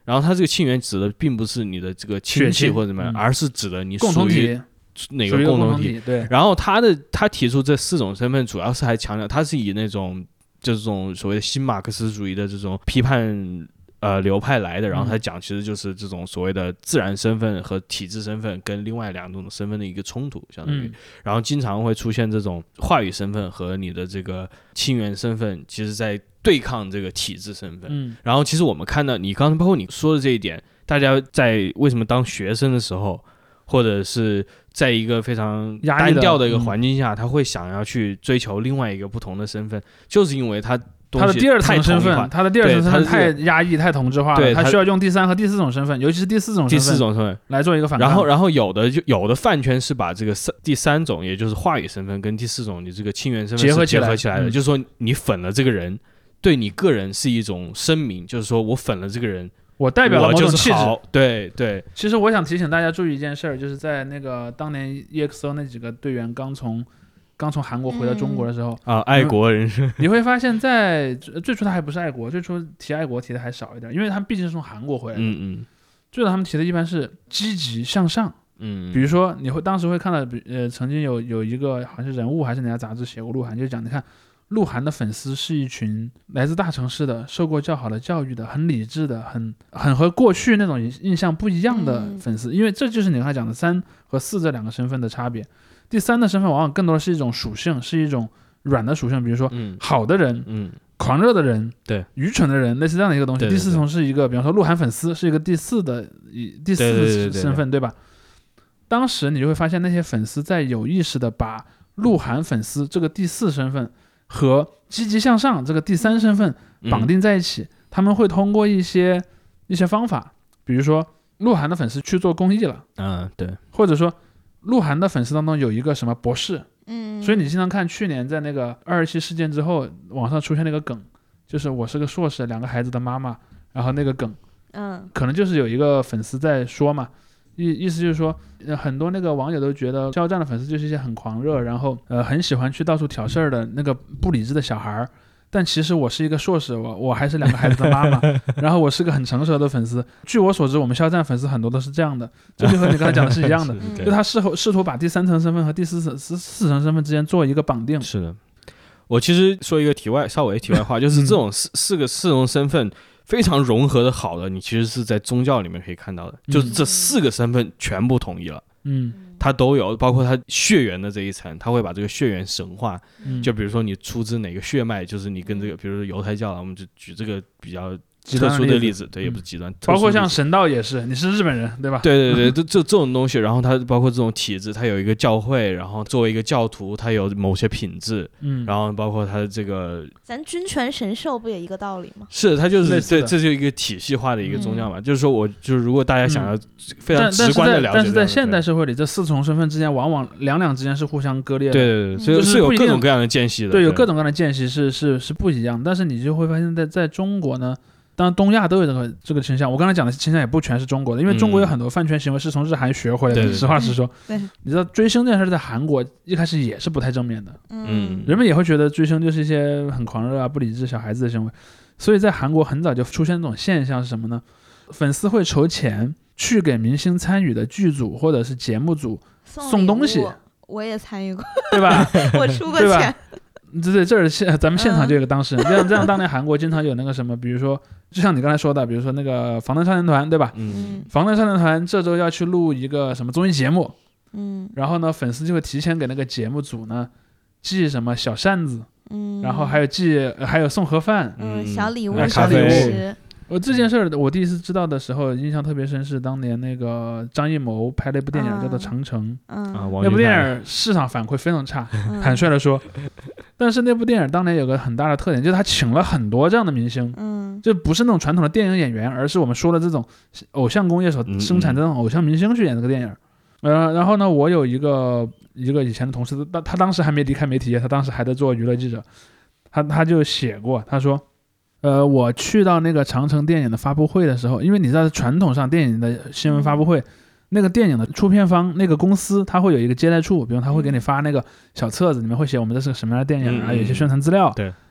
然后它这个亲缘指的并不是你的这个亲戚或者怎么样，而是指的你属于哪个共同体。 对。 然后他提出这4种身份，主要是还强调他是以那种这种所谓的新马克思主义的这种批判流派来的，然后他讲其实就是这种所谓的自然身份和体制身份跟另外2种身份的一个冲突，相当于，然后经常会出现这种话语身份和你的这个亲缘身份，其实在对抗这个体制身份。然后其实我们看到你刚才包括你说的这一点，大家在为什么当学生的时候，或者是在一个非常单调的一个环境下，他会想要去追求另外一个不同的身份，就是因为他的第2层身份，他的第2层身份太压抑、太同质化了，他需要用第3和第4种身份，尤其是第4种身份来做一个反抗。 然后有的饭圈是把这个第3种，也就是话语身份跟第4种你这个亲缘身份结合起来的，就是说你粉了这个人，对你个人是一种声明，就是说我粉了这个人， 我代表了某种气质。 对对。 其实我想提醒大家注意一件事儿，就是在那个当年 EXO 那几个队员刚从韩国回到中国的时候爱国人士， 你会发现在最初他还不是爱国，最初提爱国提的还少一点，因为他们毕竟是从韩国回来的。最早他们提的一般是积极向上。比如说你当时会看到曾经有一个好像是人物还是哪家杂志写过鹿晗，就讲你看鹿晗的粉丝是一群来自大城市的、受过较好的教育的、很理智的、很和过去那种印象不一样的粉丝。因为这就是你刚才讲的3和4这2个身份的差别。第3的身份往往更多的是一种属性，是一种软的属性，比如说好的人、狂热的人、 对愚蠢的人，类似这样的一个东西。第4层是一个，比方说鹿晗粉丝是一个第4的身份，对吧？当时你就会发现那些粉丝在有意识的把鹿晗粉丝这个第4身份和积极向上这个第3身份绑定在一起。他们会通过一些方法，比如说鹿晗的粉丝去做公益了， 对， 或者说鹿晗的粉丝当中有一个什么博士，所以你经常看去年在那个227事件之后，网上出现那个梗，就是我是个硕士，2个孩子的妈妈，然后那个梗，可能就是有一个粉丝在说嘛，意思就是说，很多那个网友都觉得肖战的粉丝就是一些很狂热，然后很喜欢去到处挑事儿的那个不理智的小孩。但其实我是一个硕士，我还是2个孩子的妈妈，然后我是个很成熟的粉丝。据我所知，我们肖战粉丝很多都是这样的，这就和你刚才讲的是一样的，就他试图把第3层身份和第4层身份之间做一个绑定。 是的，我其实说一个稍微题外话，就是这种4种身份非常融合的好的，你其实是在宗教里面可以看到的，就是这4个身份全部统一了。它都有，包括它血缘的这一层，它会把这个血缘神化。就比如说你出自哪个血脉，就是你跟这个，比如说犹太教，我们就举这个比较特殊的例子，对，也不是极端， 包括像神道也是，你是日本人，对吧？ 对对对，这种东西，然后它包括这种体制，它有一个教会，然后作为一个教徒，它有某些品质，然后包括它的这个， 咱君权神授不也一个道理吗？ 是，它就是这就是一个体系化的一个宗教嘛，就是说就是如果大家想要非常直观的了解， 但是在现代社会里，这4重身份之间往往两之间是互相割裂的， 对对对，所以是有各种各样的间隙的， 对，有各种各样的间隙是不一样，但是你就会发现在中国呢。当然东亚都有这个倾向，我刚才讲的倾向也不全是中国的，因为中国有很多饭圈行为是从日韩学回来的，实话实说。 对， 你知道追星这件事在韩国一开始也是不太正面的，人们也会觉得追星就是一些很狂热啊、不理智小孩子的行为，所以在韩国很早就出现这种现象是什么呢？粉丝会筹钱去给明星参与的剧组或者是节目组送东西。 我也参与过， 对吧？ 我出过钱。 对，这是咱们现场就有个当事人，这样当年韩国经常有那个什么，比如说，就像你刚才说的，比如说那个防弹少年团，对吧？防弹少年团这周要去录一个什么综艺节目，然后呢，粉丝就会提前给那个节目组呢寄什么小扇子，然后还有送盒饭， 小礼物， 小礼物。我这件事儿，我第一次知道的时候，印象特别深，是当年那个张艺谋拍了一部电影叫做《长城》，那部电影市场反馈非常差，坦率的说。但是那部电影当年有个很大的特点，就是他请了很多这样的明星，就不是那种传统的电影演员，而是我们说的这种偶像工业所生产的这种偶像明星去演这个电影。然后呢，我有一个以前的同事，他当时还没离开媒体业，他当时还在做娱乐记者，他就写过，他说。我去到那个长城电影的发布会的时候，因为你知道传统上电影的新闻发布会，那个电影的出片方那个公司，它会有一个接待处，比如他会给你发那个小册子，里面会写我们这是个什么样的电影啊，有一些宣传资料。 对。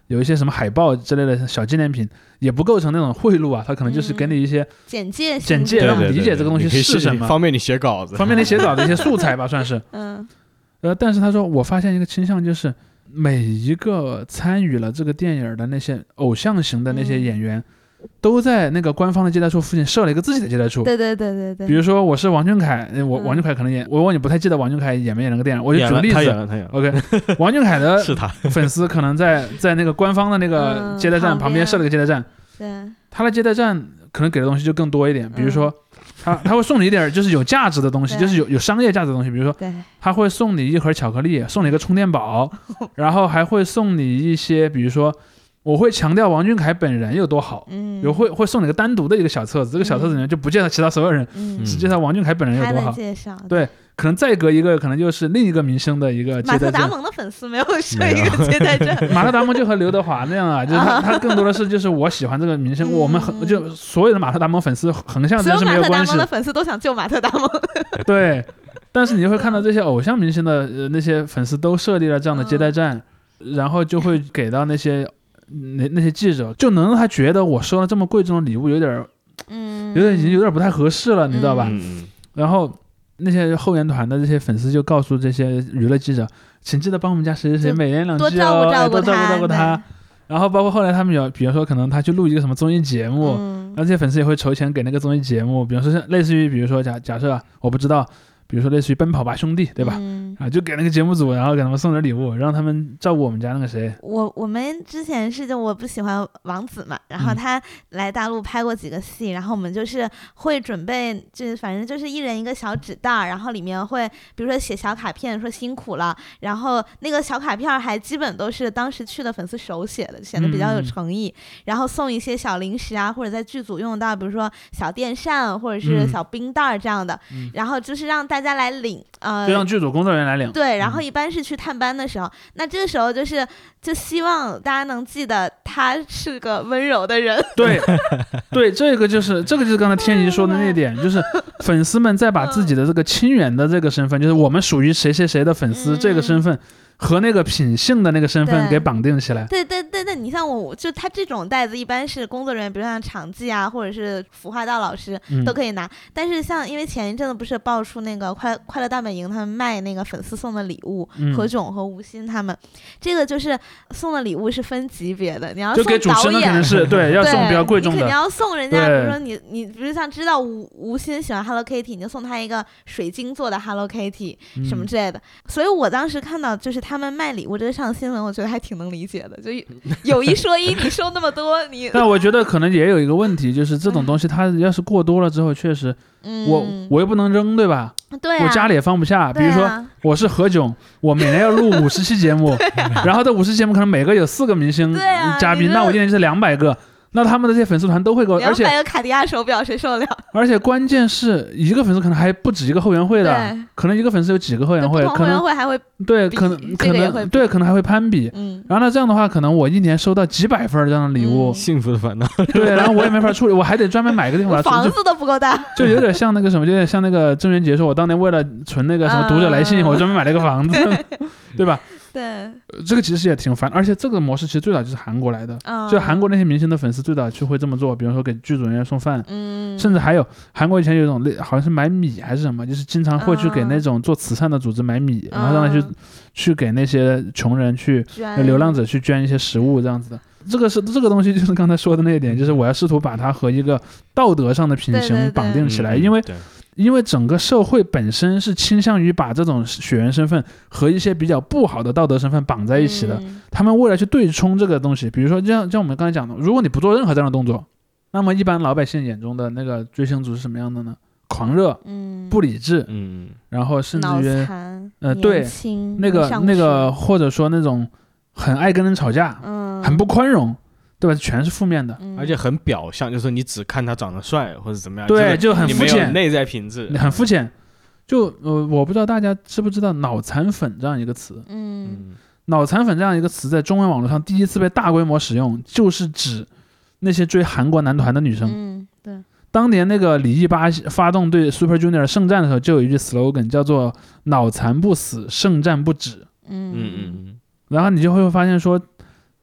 有一些什么海报之类的小纪念品，也不构成那种贿赂啊，他可能就是给你一些简介让你理解这个东西是什么， 方便你写稿子的一些素材吧，算是。但是他说我发现一个倾向，就是每一个参与了这个电影的那些偶像型的那些演员。都在那个官方的接待处附近设了一个自己的接待处。 对。 比如说我是王俊凯，王俊凯可能演，我问你不太记得王俊凯演没演那个电影，我就举个例子。 他演了。 OK， 王俊凯的是他粉丝可能在那个官方的那个接待站旁边设了个接待站。 对。 他的接待站可能给的东西就更多一点，比如说他会送你一点就是有价值的东西，就是有商业价值的东西，比如说他会送你一盒巧克力，送你一个充电宝，然后还会送你一些，比如说。我会强调王俊凯本人有多好，会送你个单独的一个小册子，这个小册子里面就不介绍其他所有人，只介绍王俊凯本人有多好。对，可能再隔一个，可能就是另一个明星的一个接待站。 马特·达蒙的粉丝没有设一个接待站。 马特·达蒙就和刘德华那样啊，就是他更多的是就是我喜欢这个明星，我们就所有的马特·达蒙粉丝横向之间是没有关系。 所有马特·达蒙的粉丝都想救马特·达蒙。 对，但是你就会看到这些偶像明星的那些粉丝都设立了这样的接待站，然后就会给到那些记者，就能让他觉得我收了这么贵重的礼物有点已经有点不太合适了，你知道吧？然后那些后援团的这些粉丝就告诉这些娱乐记者，请记得帮我们家谁谁谁美言两句哦，多照顾他。然后包括后来他们比如说可能他去录一个什么综艺节目，然后这些粉丝也会筹钱给那个综艺节目，比如说类似于比如说假设我不知道。比如说类似于奔跑吧兄弟，对吧？就给那个节目组，然后给他们送点礼物，让他们照顾我们家那个谁。 我们之前就我不喜欢王子嘛，然后他来大陆拍过几个戏，然后我们就是会准备，就是反正就是一人一个小纸袋，然后里面会比如说写小卡片，说辛苦了，然后那个小卡片还基本都是当时去的粉丝手写的，显得比较有诚意。然后送一些小零食啊，或者在剧组用到，比如说小电扇或者是小冰袋这样的，然后就是让大家来领， 就让剧组工作人员来领。 对，然后一般是去探班的时候，那这个时候就希望大家能记得他是个温柔的人。 对，这个就是刚才天怡说的那点，就是粉丝们在把自己的这个亲缘的这个身份，就是我们属于谁谁谁的粉丝这个身份。和那个品性的那个身份给绑定起来。 对，你像我就他这种袋子一般是工作人员，比如像场记啊，或者是服化道老师都可以拿。但是像因为前一阵子不是爆出那个快乐大本营他们卖那个粉丝送的礼物，何炅和吴昕他们，这个就是送的礼物是分级别的，你要送导演， 就给主持人肯定是对要送比较贵重的， 你肯定要送人家，比如说你比如像知道吴昕喜欢 Hello Kitty， 你就送他一个水晶做的 Hello Kitty 什么之类的。所以我当时看到就是他们卖礼物这个上新闻，我觉得还挺能理解的，就有一说一，你收那么多，你但我觉得可能也有一个问题，就是这种东西它要是过多了之后，确实，我又不能扔，对吧？ 对啊， 我家里也放不下。比如说我是何炅，我每年要录50期节目，然后这50期节目可能每个有4个明星嘉宾，那我一年就是200个。那他们的这些粉丝团都会够，而且 200个卡地亚手表谁受得了？ 而且关键是一个粉丝可能还不止一个后援会的，可能一个粉丝有几个后援会， 后援会还会对，可能对，可能还会攀比。然后呢，这样的话，可能我一年收到几百份这样的礼物， 幸福的烦恼。 对，然后我也没法处理，我还得专门买个地方来存。 房子都不够大， 就有点像那个什么，有点像那个郑渊洁说，我当年为了存那个什么读者来信，我专门买了一个房子，对吧？ 对， 这个其实也挺烦，而且这个模式其实最早就是韩国来的，就韩国那些明星的粉丝最早就会这么做，比如说给剧组人员送饭，甚至还有韩国以前有一种好像是买米还是什么，就是经常会去给那种做慈善的组织买米，然后让他去给那些穷人去流浪者去捐一些食物这样子的。这个东西就是刚才说的那一点，就是我要试图把它和一个道德上的品行绑定起来，因为整个社会本身是倾向于把这种血缘身份和一些比较不好的道德身份绑在一起的，他们为了去对冲这个东西，比如说像我们刚才讲的，如果你不做任何这样的动作，那么一般老百姓眼中的那个追星族是什么样的呢？狂热，不理智，然后甚至于对那个或者说那种很爱跟人吵架，很不宽容，对吧？全是负面的， 而且很表象，就是你只看他长得帅或者怎么样， 对，就很肤浅， 内在品质很肤浅。就我不知道大家知不知道脑残粉这样一个词，脑残粉这样一个词在中文网络上第一次被大规模使用，就是指那些追韩国男团的女生。 对。 当年那个李毅巴发动对 Super Junior 圣战的时候，就有一句 slogan 叫做脑残不死，圣战不止。然后你就会发现说，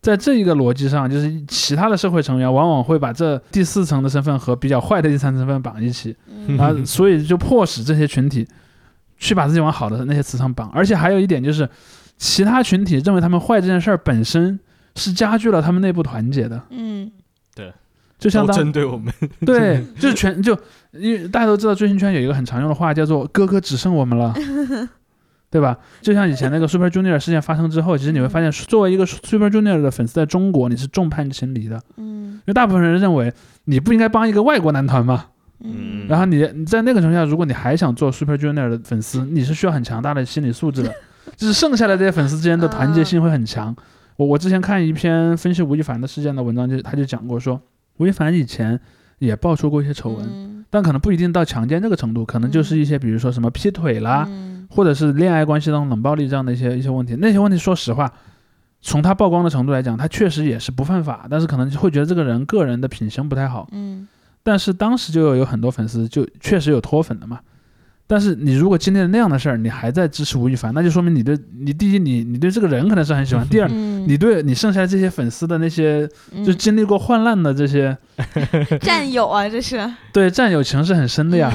在这一个逻辑上，就是其他的社会成员往往会把这第4层的身份和比较坏的第3层身份绑一起，所以就迫使这些群体去把自己往好的那些词上绑。而且还有一点就是，其他群体认为他们坏这件事儿本身是加剧了他们内部团结的。 对， 就像都针对我们。 对，就是因为大家都知道追星圈有一个很常用的话叫做"哥哥只剩我们了"，对吧？就像以前那个 Super Junior 事件发生之后，其实你会发现，作为一个 Super Junior 的粉丝，在中国你是众叛亲离的。因为大部分人认为你不应该帮一个外国男团嘛。然后你在那个情况下，如果你还想做 Super Junior 的粉丝，你是需要很强大的心理素质的，就是剩下的这些粉丝之间的团结性会很强。我之前看一篇分析吴亦凡的事件的文章，他就讲过说，吴亦凡以前也爆出过一些丑闻，但可能不一定到强奸这个程度，可能就是一些比如说什么劈腿啦，或者是恋爱关系当中冷暴力这样的一些问题。那些问题说实话，从他曝光的程度来讲，他确实也是不犯法，但是可能会觉得这个人个人的品行不太好。但是当时就有很多粉丝就确实有脱粉的嘛。但是你如果经历了那样的事儿，你还在支持吴亦凡，那就说明你第一你对这个人可能是很喜欢，第二你对你剩下的这些粉丝的那些就经历过患难的这些战友啊，这是对战友情是很深的呀。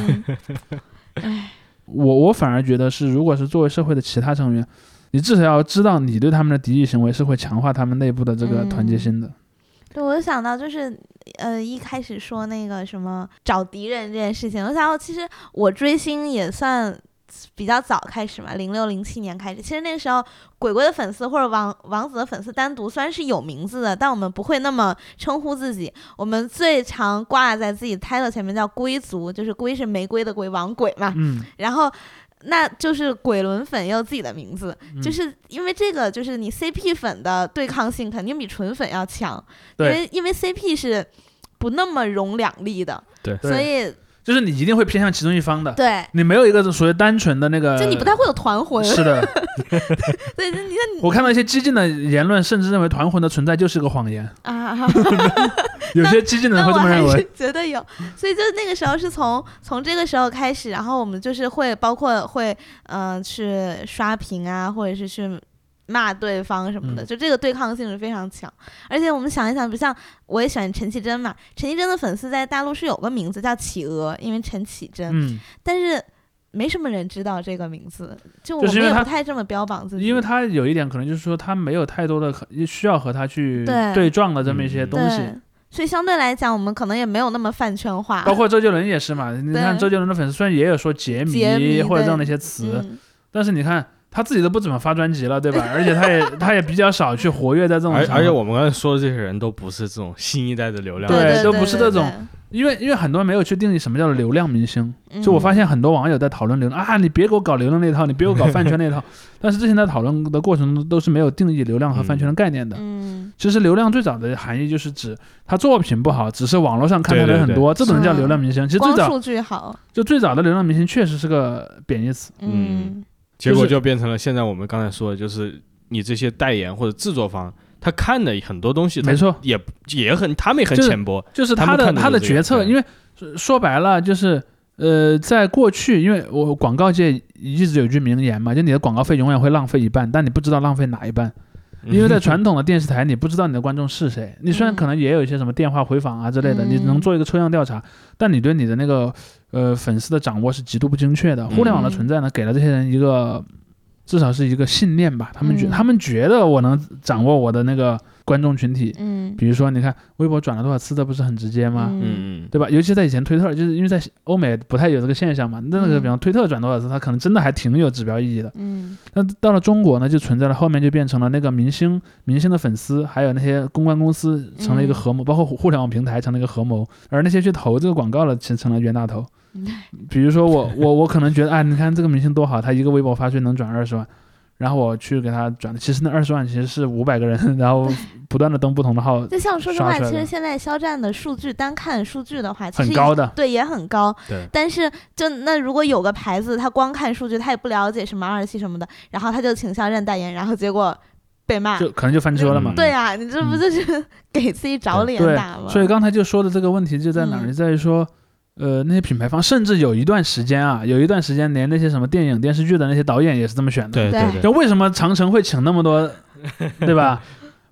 我反而觉得是，如果是作为社会的其他成员，你至少要知道你对他们的敌意行为是会强化他们内部的这个团结心的。 对，我就想到就是一开始说那个什么找敌人这件事情，我想到其实我追星也算比较早开始嘛，06、07年开始。其实那个时候鬼鬼的粉丝或者王子的粉丝单独虽然是有名字的，但我们不会那么称呼自己，我们最常挂在自己 title 前面叫龟族，就是龟是玫瑰的龟，王鬼嘛。然后那就是鬼轮粉也有自己的名字，就是因为这个就是你 CP 粉的对抗性肯定比纯粉要强，因为 CP 是不那么容两立的， 对， 所以就是你一定会偏向其中一方的， 对， 你没有一个属于单纯的那个， 就你不太会有团魂。 是的， 对，你看我看到一些激进的言论，甚至认为团魂的存在就是个谎言啊。 有些激进的人会这么认为， 我还是觉得有。所以就那个时候是从这个时候开始，然后我们就是会包括会去刷屏啊，或者是去骂对方什么的，就这个对抗性是非常强。而且我们想一想，不像我也喜欢陈绮贞嘛，陈绮贞的粉丝在大陆是有个名字叫企鹅，因为陈绮贞，但是没什么人知道这个名字，就我们也不太这么标榜自己， 因为他有一点可能就是说他没有太多的需要和他去对撞的这么一些东西。 所以相对来讲，我们可能也没有那么饭圈化。 包括周杰伦也是嘛，你看周杰伦的粉丝虽然也有说杰迷或者这样的一些词，但是你看他自己都不怎么发专辑了，对吧？而且他也比较少去活跃在这种而且我们刚才说的这些人都不是这种新一代的流量， 对，都不是这种。因为很多人没有去定义什么叫流量明星，就我发现很多网友在讨论流量啊，你别给我搞流量那套，你别给我搞饭圈那套。但是之前在讨论的过程中都是没有定义流量和饭圈的概念的。其实流量最早的含义就是指他作品不好，只是网络上看的人很多，这种叫流量明星。其实最早数据好， 就最早的流量明星确实是个贬义词。 结果就变成了现在我们刚才说的，就是你这些代言或者制作方。他看的很多东西， 没错， 也很，他们也很浅薄， 就是他的决策，因为说白了就是，在过去，因为我广告界一直有句名言嘛，就你的广告费永远会浪费一半，但你不知道浪费哪一半，因为在传统的电视台，你不知道你的观众是谁，你虽然可能也有一些什么电话回访啊之类的，你能做一个抽样调查，但你对你的那个粉丝的掌握是极度不精确的。互联网的存在呢，给了这些人一个。至少是一个信念吧，他们觉得我能掌握我的那个观众群体，比如说你看微博转了多少次，这不是很直接吗？对吧？尤其在以前推特，就是因为在欧美不太有这个现象嘛，那个比方推特转多少次，它可能真的还挺有指标意义的。那到了中国呢，就存在了后面就变成了那个明星的粉丝，还有那些公关公司成了一个合谋，包括互联网平台成了一个合谋，而那些去投这个广告的其实成了冤大头。比如说我可能觉得啊，你看这个明星多好，他一个微博发出去能转20万，然后我去给他转，其实那20万其实是500个人，然后不断的登不同的号。 就像说实话，其实现在肖战的数据，单看数据的话，其实很高的， 对，也很高。 对。 但是那如果有个牌子，他光看数据，他也不了解什么27什么的，然后他就请肖战代言，然后结果被骂， 就可能就翻车了嘛。 对啊，你这不就是给自己找脸打吗？ 所以刚才就说的这个问题就在哪里，在于说。那些品牌方甚至有一段时间连那些什么电影电视剧的那些导演也是这么选的。 对， 就为什么长城会请那么多，对吧？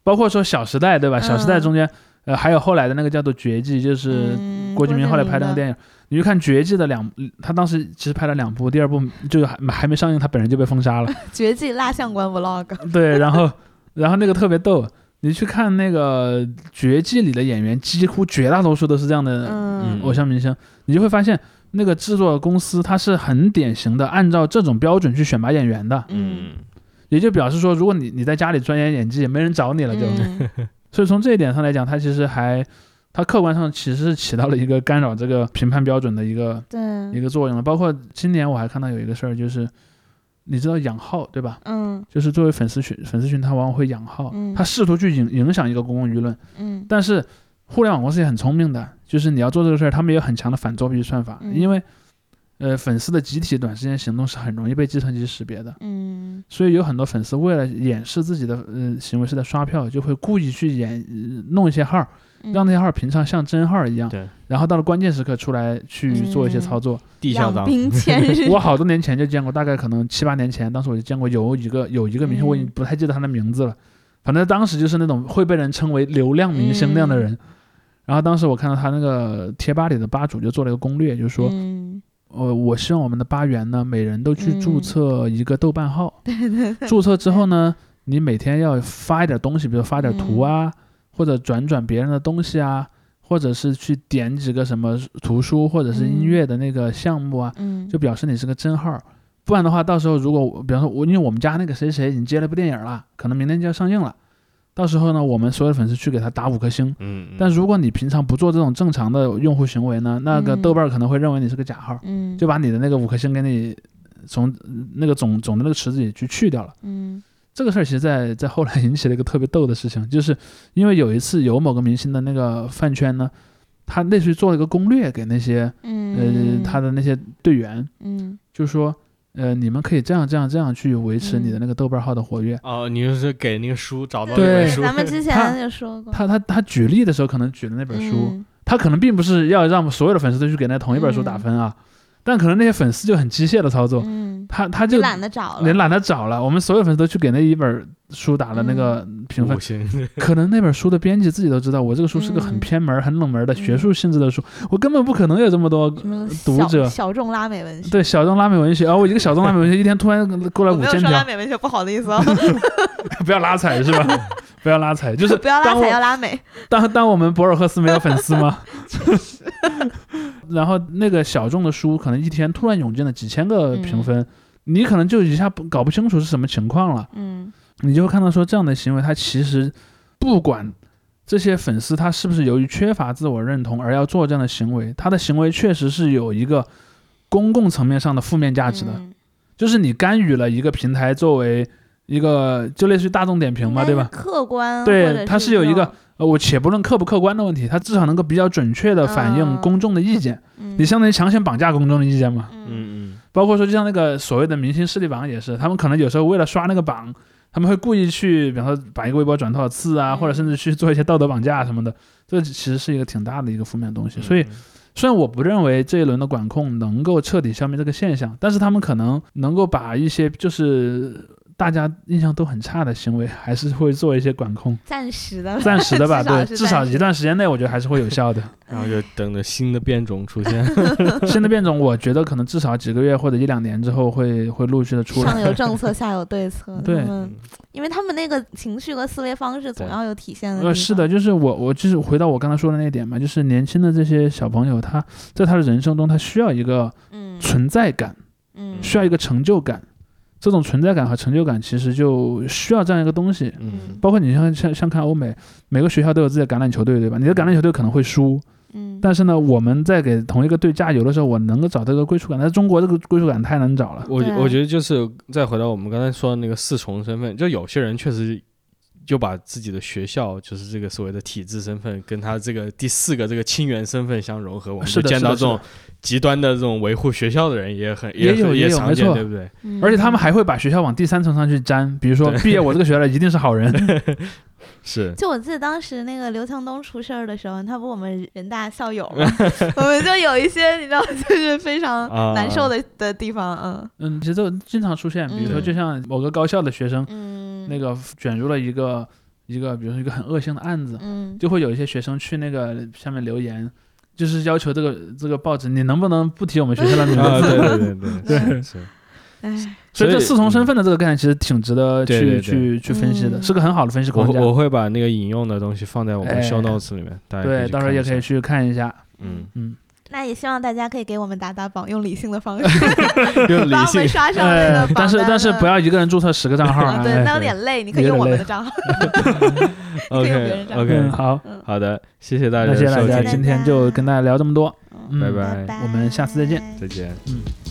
包括说《小时代》，对吧？小时代》中间，还有后来的那个叫做《绝技》，就是郭敬明后来拍的那个电影。你去看《绝技》的他当时其实拍了2部，第2部就还没上映，他本人就被封杀了。 绝技蜡像馆 vlog。 对，然后那个特别逗。你去看那个《绝技》里的演员，几乎绝大多数都是这样的偶像明星，你就会发现那个制作公司它是很典型的按照这种标准去选拔演员的。也就表示说，如果你在家里钻研演技，没人找你了就。所以从这一点上来讲，它其实它客观上其实是起到了一个干扰这个评判标准的一个作用的。包括今年我还看到有一个事儿，就是你知道养号对吧？就是作为粉丝群，他往往会养号，他试图去影响一个公共舆论。但是互联网公司也很聪明的，就是你要做这个事儿，他们也有很强的反作弊算法，因为粉丝的集体短时间行动是很容易被计算机识别的。所以有很多粉丝为了掩饰自己的行为是在刷票，就会故意去弄一些号，让那些号平常像真号一样，然后到了关键时刻出来去做一些操作。 地下党。 我好多年前就见过，大概可能7、8年前，当时我就见过有一个明星，我已经不太记得他的名字了，反正当时就是那种会被人称为流量明星那样的人。然后当时我看到他那个贴吧里的吧主就做了一个攻略，就是说我希望我们的吧员呢，每人都去注册一个豆瓣号。注册之后呢，你每天要发一点东西，比如发点图啊，或者转别人的东西啊，或者是去点几个什么图书或者是音乐的那个项目啊，就表示你是个真号。不然的话，到时候如果比方说因为我们家那个谁已经接了部电影了，可能明天就要上映了，到时候呢，我们所有的粉丝去给他打5颗星。但如果你平常不做这种正常的用户行为呢，那个豆瓣可能会认为你是个假号，就把你的那个5颗星给你从那个总的那个池子里去掉了。这个事儿其实在后来引起了一个特别逗的事情，就是因为有一次有某个明星的那个饭圈呢，他类似于做了一个攻略给那些他的那些队员，就是说你们可以这样去维持你的那个豆瓣号的活跃。 你就是给那个书找到一本书。 咱们之前就说过。 他举例的时候可能举了那本书，他可能并不是要让所有的粉丝都去给那同一本书打分啊。但可能那些粉丝就很机械的操作，他就懒得找了， 我们所有粉丝都去给那一本书打了那个评分，可能那本书的编辑自己都知道，我这个书是个很偏门、很冷门的学术性质的书，我根本不可能有这么多读者。 小众拉美文学。 对，小众拉美文学，我一个小众拉美文学一天突然过来5000条。 我没有说拉美文学不好的意思哦。 不要拉踩是吧？不要拉踩，就是不要拉踩，要拉美。 当我们博尔赫斯没有粉丝吗？然后那个小众的书可能一天突然涌进了几千个评分，你可能就一下搞不清楚是什么情况了。你就会看到说这样的行为，他其实不管这些粉丝他是不是由于缺乏自我认同而要做这样的行为，他的行为确实是有一个公共层面上的负面价值的，就是你干预了一个平台作为一个就类似于大众点评嘛，对吧？ 客观。 对，它是有一个我且不论客不客观的问题，它至少能够比较准确的反映公众的意见。你相当于强行绑架公众的意见嘛。包括说就像那个所谓的明星势力榜也是，他们可能有时候为了刷那个榜，他们会故意去比方说把一个微博转多少次啊，或者甚至去做一些道德绑架什么的，这其实是一个挺大的一个负面的东西。所以虽然我不认为这一轮的管控能够彻底消灭这个现象，但是他们可能能够把一些就是大家印象都很差的行为还是会做一些管控， 暂时的吧。对，至少一段时间内我觉得还是会有效的。 然后就等着新的变种出现。 新的变种我觉得可能至少几个月或者1-2年之后会陆续的出来。 上有政策下有对策。 对， 因为他们那个情绪和思维方式总要有体现的地方。 是的，就是我就是回到我刚才说的那点嘛，就是年轻的这些小朋友，他在他的人生中他需要一个存在感，需要一个成就感。这种存在感和成就感其实就需要这样一个东西。包括你像看欧美，每个学校都有自己的橄榄球队，对吧？你的橄榄球队可能会输，但是呢，我们在给同一个队加油的时候，我能够找到这个归属感。但是中国这个归属感太难找了。 我觉得就是再回到我们刚才说的那个4重身份，就有些人确实就把自己的学校就是这个所谓的体制身份跟他这个第4个这个亲缘身份相融合，我们就见到这种极端的这种维护学校的人也常见，对不对？ 而且他们还会把学校往第3层上去粘，比如说毕业我这个学校的一定是好人。 是， 就我记得当时那个刘强东出事儿的时候，他不我们人大校友嘛，我们就有一些你知道就是非常难受的地方。其实都经常出现，比如说就像某个高校的学生，那个卷入了一个比如说一个很恶性的案子，就会有一些学生去那个下面留言，就是要求这个报纸你能不能不提我们学校的名字？ 对。 所以这4重身份的这个概念其实挺值得去分析的，是个很好的分析框架。 我会把那个引用的东西放在我们 show notes 里面， 对，到时候也可以去看一下。 那也希望大家可以给我们打榜，用理性的方式用理性把我们刷上那个榜单。 但是不要一个人注册10个账号。 对，那有点累，你可以用我们的账号。 OK， 好的，谢谢大家， 谢谢大家，今天就跟大家聊这么多， 拜拜， 我们下次再见。 再见。